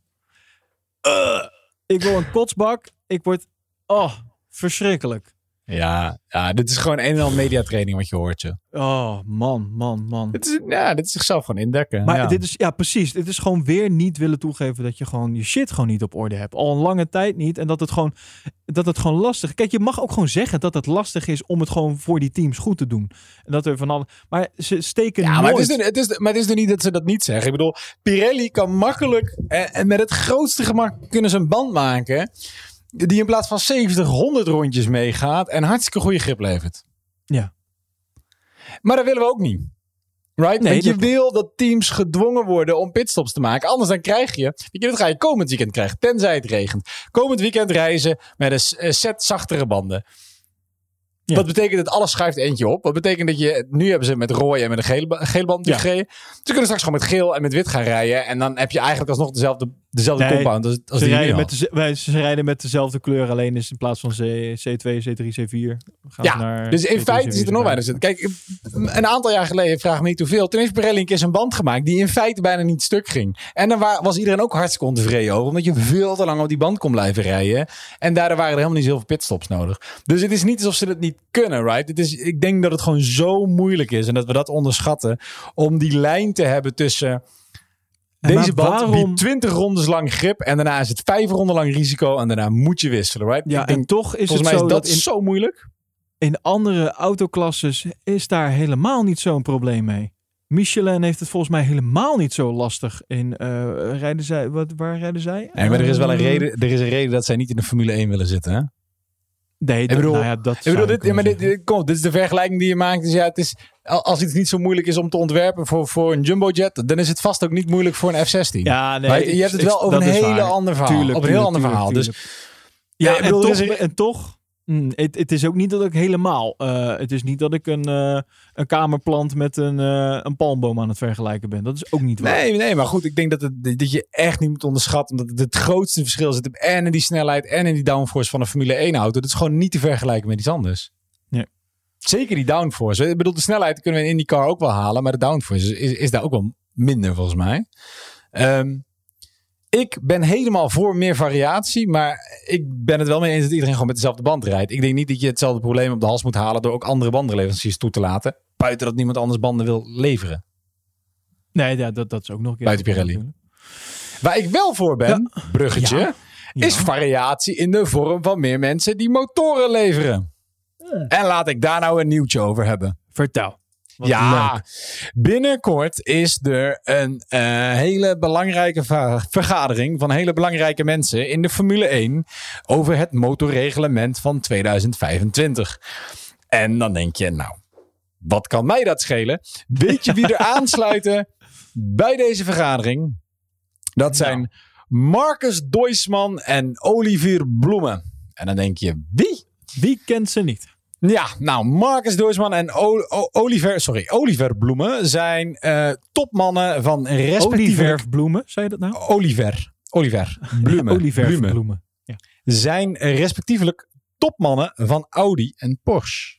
Uh, ik wil een kotsbak. Ik word, oh, verschrikkelijk. Ja, ja, dit is gewoon een en al mediatraining wat je hoort, je. Oh, man, man, man. Dit is, ja, dit is zichzelf gewoon indekken. Maar ja. dit is, ja, precies. Dit is gewoon weer niet willen toegeven dat je gewoon je shit gewoon niet op orde hebt. Al een lange tijd niet. En dat het gewoon, dat het gewoon lastig is. Kijk, je mag ook gewoon zeggen dat het lastig is om het gewoon voor die teams goed te doen. En dat er van alle, maar ze steken ja, nooit. maar het, is er, het, is, maar het is er niet dat ze dat niet zeggen. Ik bedoel, Pirelli kan makkelijk en, en met het grootste gemak kunnen ze een band maken die in plaats van zeventig, honderd rondjes meegaat en hartstikke goede grip levert. Ja. Maar dat willen we ook niet. Right? Nee, Want je dat... wil dat teams gedwongen worden om pitstops te maken. Anders dan krijg je, weet je, dat ga je komend weekend krijgen, tenzij het regent. Komend weekend reizen met een set zachtere banden. Ja. Wat betekent dat alles schuift eentje op? Wat betekent dat je... Nu hebben ze met rode en met een gele, gele band ja. gereden. Ze kunnen straks gewoon met geel en met wit gaan rijden. En dan heb je eigenlijk alsnog dezelfde, dezelfde nee, compound als, als ze die rijden nu met de, wij, ze rijden met dezelfde kleur. Alleen is in plaats van C, C twee, C drie, C vier. Gaan ja, naar dus in C twee, feite C vier, zit er nog weinig in. Kijk, een aantal jaar geleden, vraag me niet hoeveel. Toen heeft Pirelli een keer zijn band gemaakt die in feite bijna niet stuk ging. En dan was iedereen ook hartstikke ontevreden over. Omdat je veel te lang op die band kon blijven rijden. En daardoor waren er helemaal niet zoveel pitstops nodig. Dus het is niet alsof ze dat niet kunnen, right? Het is, ik denk dat het gewoon zo moeilijk is. En dat we dat onderschatten. Om die lijn te hebben tussen... Deze band waarom... biedt twintig rondes lang grip. En daarna is het vijf ronden lang risico. En daarna moet je wisselen, right? Ja, ik denk, en toch is volgens het mij zo is dat, dat in, zo moeilijk. In andere autoklasses is daar helemaal niet zo'n probleem mee. Michelin heeft het volgens mij helemaal niet zo lastig. In uh, rijden zij, wat, waar rijden zij? Nee, maar er is wel een reden. Er is een reden dat zij niet in de Formule één willen zitten, hè? Nee, dat, ik bedoel, nou ja, dat ik bedoel dit, ja, maar dit, dit, kom, dit is de vergelijking die je maakt. Dus ja, het is, als iets niet zo moeilijk is om te ontwerpen voor, voor een jumbojet, dan is het vast ook niet moeilijk voor een F zestien. Ja, nee, maar je hebt het wel over een hele ander verhaal. Tuurlijk, op een heel tuurlijk, ander verhaal. Tuurlijk. Dus, ja, ja, en, bedoel, toch, er... en toch... Mm, het, het is ook niet dat ik helemaal... Uh, het is niet dat ik een, uh, een kamerplant met een, uh, een palmboom aan het vergelijken ben. Dat is ook niet waar. Nee, nee, maar goed. Ik denk dat, het, dat je echt niet moet onderschatten. Omdat het, het grootste verschil zit en in die snelheid en in die downforce van een Formule één auto. Dat is gewoon niet te vergelijken met iets anders. Nee. Zeker die downforce. Ik bedoel, de snelheid kunnen we in IndyCar ook wel halen. Maar de downforce is, is daar ook wel minder volgens mij. Um, Ik ben helemaal voor meer variatie, maar ik ben het wel mee eens dat iedereen gewoon met dezelfde band rijdt. Ik denk niet dat je hetzelfde probleem op de hals moet halen door ook andere bandenleveranciers toe te laten. Buiten dat niemand anders banden wil leveren. Nee, ja, dat, dat is ook nog een keer. Buiten Pirelli. Natuurlijk. Waar ik wel voor ben, ja. bruggetje, ja. Ja. is variatie in de vorm van meer mensen die motoren leveren. Ja. En laat ik daar nou een nieuwtje over hebben. Vertel. Wat ja, leuk. Binnenkort is er een uh, hele belangrijke va- vergadering van hele belangrijke mensen in de Formule één over het motorreglement van tweeduizend vijfentwintig. En dan denk je, nou, wat kan mij dat schelen? Weet je wie er aansluiten bij deze vergadering? Dat zijn nou. Marcus Duisman en Olivier Blume. En dan denk je, wie? Wie kent ze niet? Ja, nou, Marcus Duisman en o- o- Oliver, sorry, Oliver Blume zijn uh, topmannen van respectieve... Oliver Blume, zei je dat nou? Oliver. Oliver Blume. Ja, Oliver Blume. Blume. Ja. Zijn respectievelijk topmannen van Audi en Porsche.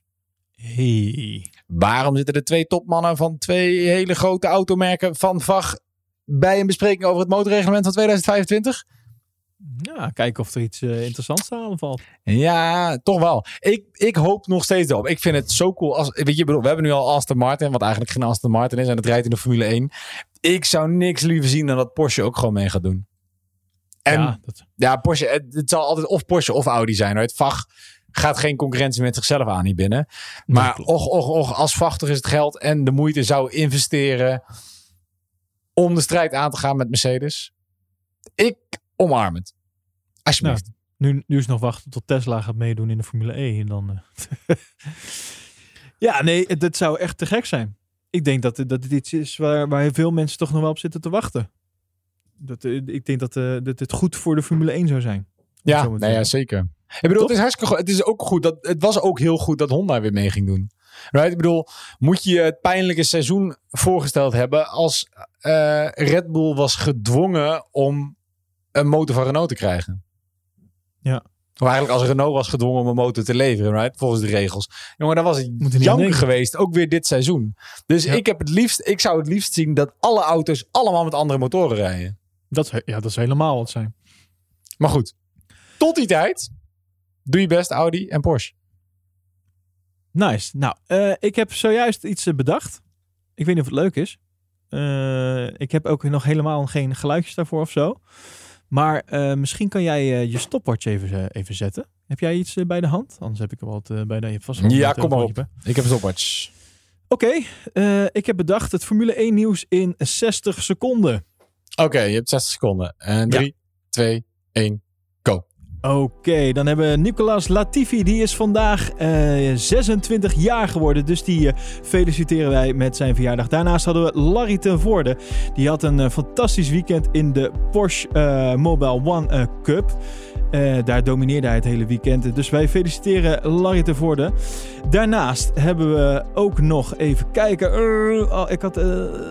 Hey. Waarom zitten er twee topmannen van twee hele grote automerken van V A G bij een bespreking over het motorreglement van tweeduizend vijfentwintig? Ja, kijken of er iets uh, interessants te halen valt. Ja, toch wel. Ik, ik hoop nog steeds erop. Ik vind het zo cool. Als, weet je, bedoel, we hebben nu al Aston Martin, wat eigenlijk geen Aston Martin is. En het rijdt in de Formule één. Ik zou niks liever zien dan dat Porsche ook gewoon mee gaat doen. En ja, dat... ja Porsche, het, het zal altijd of Porsche of Audi zijn. Hoor. Het V A G gaat geen concurrentie met zichzelf aan hier binnen. Maar nee, och, och, och, als V A G toch is het geld en de moeite zou investeren om de strijd aan te gaan met Mercedes. Ik omarm het. Alsjeblieft. Nou, nu, nu is nog wachten tot Tesla gaat meedoen in de Formule E. En dan, uh... ja, nee, dat zou echt te gek zijn. Ik denk dat, dat het iets is waar, waar veel mensen toch nog wel op zitten te wachten. Dat, uh, ik denk dat, uh, dat het goed voor de Formule één zou zijn. Ja, nou ja, zeker. Ik bedoel, het is hartstikke goed. Het is ook goed dat het was ook heel goed dat Honda weer mee ging doen. Right? Ik bedoel, moet je het pijnlijke seizoen voorgesteld hebben als uh, Red Bull was gedwongen om een motor van Renault te krijgen? Ja. Of eigenlijk als Renault was gedwongen om een motor te leveren, right? Volgens de regels. Jongen, dan was het janken geweest. Ook weer dit seizoen. Dus ja. ik heb het liefst, ik zou het liefst zien dat alle auto's allemaal met andere motoren rijden. Dat, ja, dat is helemaal wat zijn. Maar goed. Tot die tijd doe je best Audi en Porsche. Nice. Nou, uh, ik heb zojuist iets uh, bedacht. Ik weet niet of het leuk is. Uh, ik heb ook nog helemaal geen geluidjes daarvoor of zo. Maar uh, misschien kan jij uh, je stopwatch even, uh, even zetten. Heb jij iets uh, bij de hand? Anders heb ik er wat uh, bij de vast. Ja, kom maar op. Bij. Ik heb een stopwatch. Oké, okay, uh, ik heb bedacht het Formule één nieuws in zestig seconden. Oké, okay, je hebt zestig seconden. En drie, twee, één, go. Oké, okay, dan hebben we Nicolas Latifi. Die is vandaag uh, zesentwintig jaar geworden. Dus die uh, feliciteren wij met zijn verjaardag. Daarnaast hadden we Larry ten Voorde. Die had een uh, fantastisch weekend in de Porsche uh, Mobile One uh, Cup. Uh, daar domineerde hij het hele weekend. Dus wij feliciteren Larry ten Voorde. Daarnaast hebben we ook nog even kijken. Uh, oh, ik had... Uh,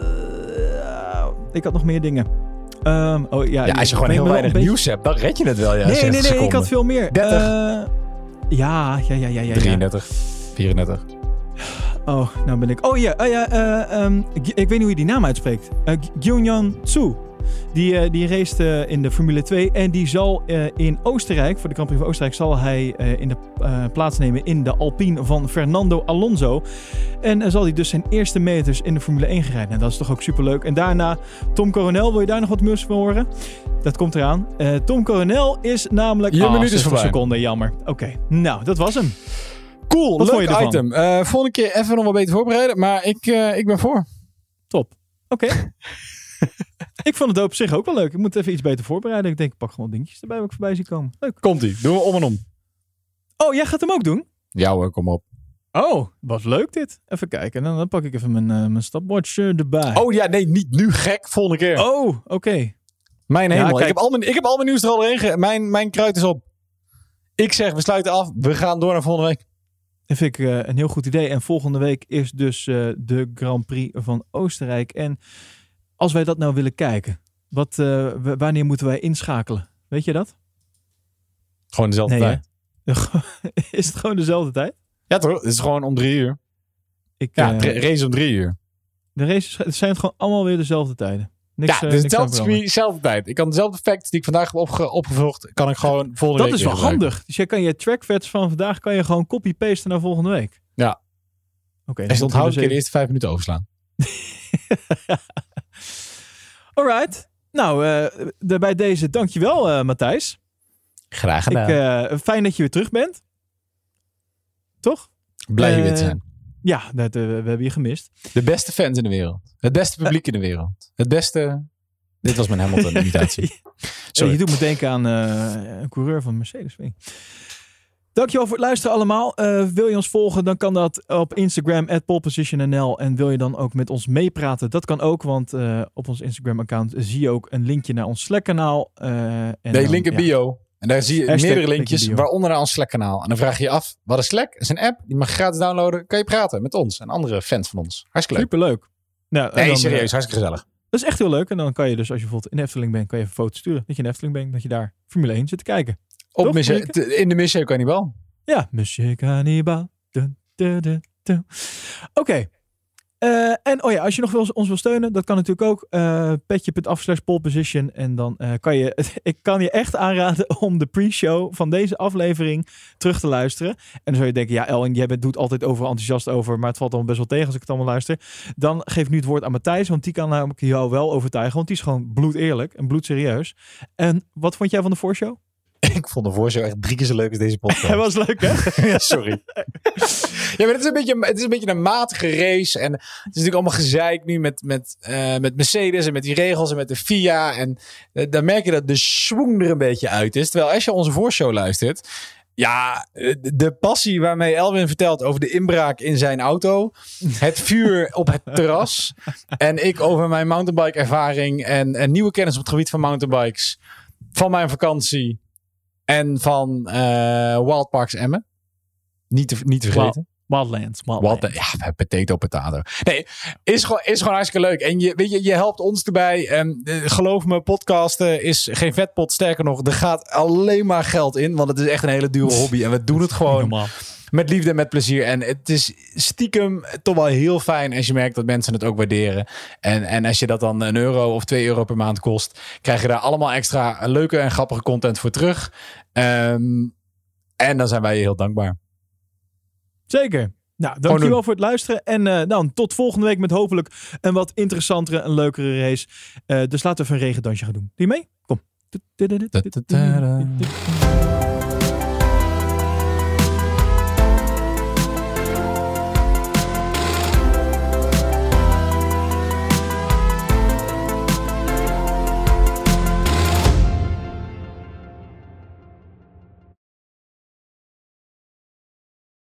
uh, ik had nog meer dingen. Um, oh, ja, ja, als je gewoon heel weinig beetje... nieuws hebt, dan red je het wel. Ja, nee, nee, nee, seconden. Ik had veel meer. dertig. Uh, ja, ja, ja, ja, ja. drieëndertig, vierendertig. Oh, nou ben ik... Oh ja, uh, ja uh, um, ik weet niet hoe je die naam uitspreekt. Uh, Gyunyan Tsu. Die, uh, die race uh, in de Formule twee. En die zal uh, in Oostenrijk, voor de Grand Prix van Oostenrijk, zal hij uh, in de uh, plaatsnemen in de Alpine van Fernando Alonso. En uh, zal hij dus zijn eerste meters in de Formule één gaan rijden. En dat is toch ook superleuk. En daarna Tom Coronel. Wil je daar nog wat nieuws van horen? Dat komt eraan. Uh, Tom Coronel is namelijk... Je oh, minuut is voorbij. Seconden, jammer. Oké, okay. Nou, dat was hem. Cool, wat leuk item. Uh, volgende keer even nog wat beter voorbereiden. Maar ik, uh, ik ben voor. Top. Oké. Okay. Ik vond het op zich ook wel leuk. Ik moet even iets beter voorbereiden. Ik denk, ik pak gewoon dingetjes erbij waar ik voorbij zie komen. Leuk. Komt-ie. Doen we om en om. Oh, jij gaat hem ook doen? Ja hoor, kom op. Oh, wat leuk dit. Even kijken. Dan, dan pak ik even mijn, uh, mijn stopwatch uh, erbij. Oh ja, nee, niet nu gek. Volgende keer. Oh, oké. Okay. Mijn hemel. Ja, ik, heb al mijn, ik heb al mijn nieuws er al in. Ge- mijn, mijn kruid is op. Ik zeg, we sluiten af. We gaan door naar volgende week. Dat vind ik uh, een heel goed idee. En volgende week is dus uh, de Grand Prix van Oostenrijk. En als wij dat nou willen kijken, wat, uh, w- wanneer moeten wij inschakelen? Weet je dat? Gewoon dezelfde nee, tijd. Is het gewoon dezelfde tijd? Ja toch? Het is gewoon om drie uur. Ik, ja, uh, tra- race om drie uur. De races zijn het gewoon allemaal weer dezelfde tijden. Niks, ja, uh, dus niks hetzelfde circuit, dezelfde tijd. Ik kan dezelfde facts die ik vandaag heb opge- opgevolgd, kan ik gewoon volgende dat week is wel gebruiken. handig. Dus jij kan je trackfacts van vandaag kan je gewoon copy-pasten naar volgende week. Ja. Oké. Okay, en je onthoudt een keer de eerste vijf minuten overslaan. Alright. Nou, uh, de, bij deze dankjewel uh, Matthijs. Graag gedaan. Ik, uh, fijn dat je weer terug bent. Toch? Blij je uh, weer te zijn. Ja, dat, uh, we hebben je gemist. De beste fans in de wereld. Het beste publiek uh, in de wereld. Het beste... Dit was mijn Hamilton-imitatie. uh, je doet me denken aan uh, een coureur van Mercedes. Dankjewel voor het luisteren allemaal. Uh, wil je ons volgen, dan kan dat op Instagram at polepositionnl. En wil je dan ook met ons meepraten? Dat kan ook, want uh, op ons Instagram-account zie je ook een linkje naar ons Slack-kanaal. Uh, en nee, dan, link in bio. Ja. En daar zie je Hashtag meerdere linkjes, waaronder naar ons Slack-kanaal. En dan vraag je je af, wat is Slack? Het is een app, die mag je gratis downloaden. Kan je praten met ons en andere fans van ons. Hartstikke leuk. Superleuk. Nou, nee, dan, serieus, uh, hartstikke gezellig. Dat is echt heel leuk. En dan kan je dus, als je bijvoorbeeld in de Efteling bent, kan je even foto's sturen. Dat je in de Efteling bent, dat je daar Formule één zit te kijken. Op Mission, in de Mission Cannibal. Ja, Monsieur Cannibal. Oké. Okay. Uh, en oh ja, als je nog wil, ons wil steunen, dat kan natuurlijk ook. Uh, petje.af slash poleposition. En dan uh, kan je, ik kan je echt aanraden om de pre-show van deze aflevering terug te luisteren. En dan zou je denken, ja Elwin, jij bent, doet altijd overal enthousiast over, maar het valt dan best wel tegen als ik het allemaal luister. Dan geef ik nu het woord aan Matthijs, want die kan namelijk jou wel overtuigen, want die is gewoon bloedeerlijk en bloedserieus. En wat vond jij van de voorshow? Ik vond de voorshow echt drie keer zo leuk als deze podcast. Hij was leuk, hè? Ja, sorry. Ja, maar het is, een beetje, het is een beetje een matige race. En het is natuurlijk allemaal gezeik nu met, met, uh, met Mercedes en met die regels en met de F I A. En uh, dan merk je dat de schwung er een beetje uit is. Terwijl als je onze voorshow luistert... Ja, de passie waarmee Elwin vertelt over de inbraak in zijn auto. Het vuur op het terras. En ik over mijn mountainbike ervaring. En, en nieuwe kennis op het gebied van mountainbikes. Van mijn vakantie. En van uh, Wildparks Emmen. Niet te, niet te vergeten. Wildlands. Wildlands. Wild, ja, potato, potato. Nee, is gewoon, is gewoon hartstikke leuk. En je, weet je, je helpt ons erbij. En uh, geloof me, podcasten is geen vetpot. Sterker nog, er gaat alleen maar geld in. Want het is echt een hele dure hobby. En we doen het gewoon Normaal. Met liefde en met plezier. En het is stiekem toch wel heel fijn als je merkt dat mensen het ook waarderen. En, en als je dat dan een euro of twee euro per maand kost, krijg je daar allemaal extra leuke en grappige content voor terug. Um, en dan zijn wij je heel dankbaar. Zeker. Nou, dankjewel voor het luisteren. En uh, dan tot volgende week met hopelijk een wat interessantere en leukere race. Uh, dus laten we even een regendansje gaan doen. Doe je mee? Kom.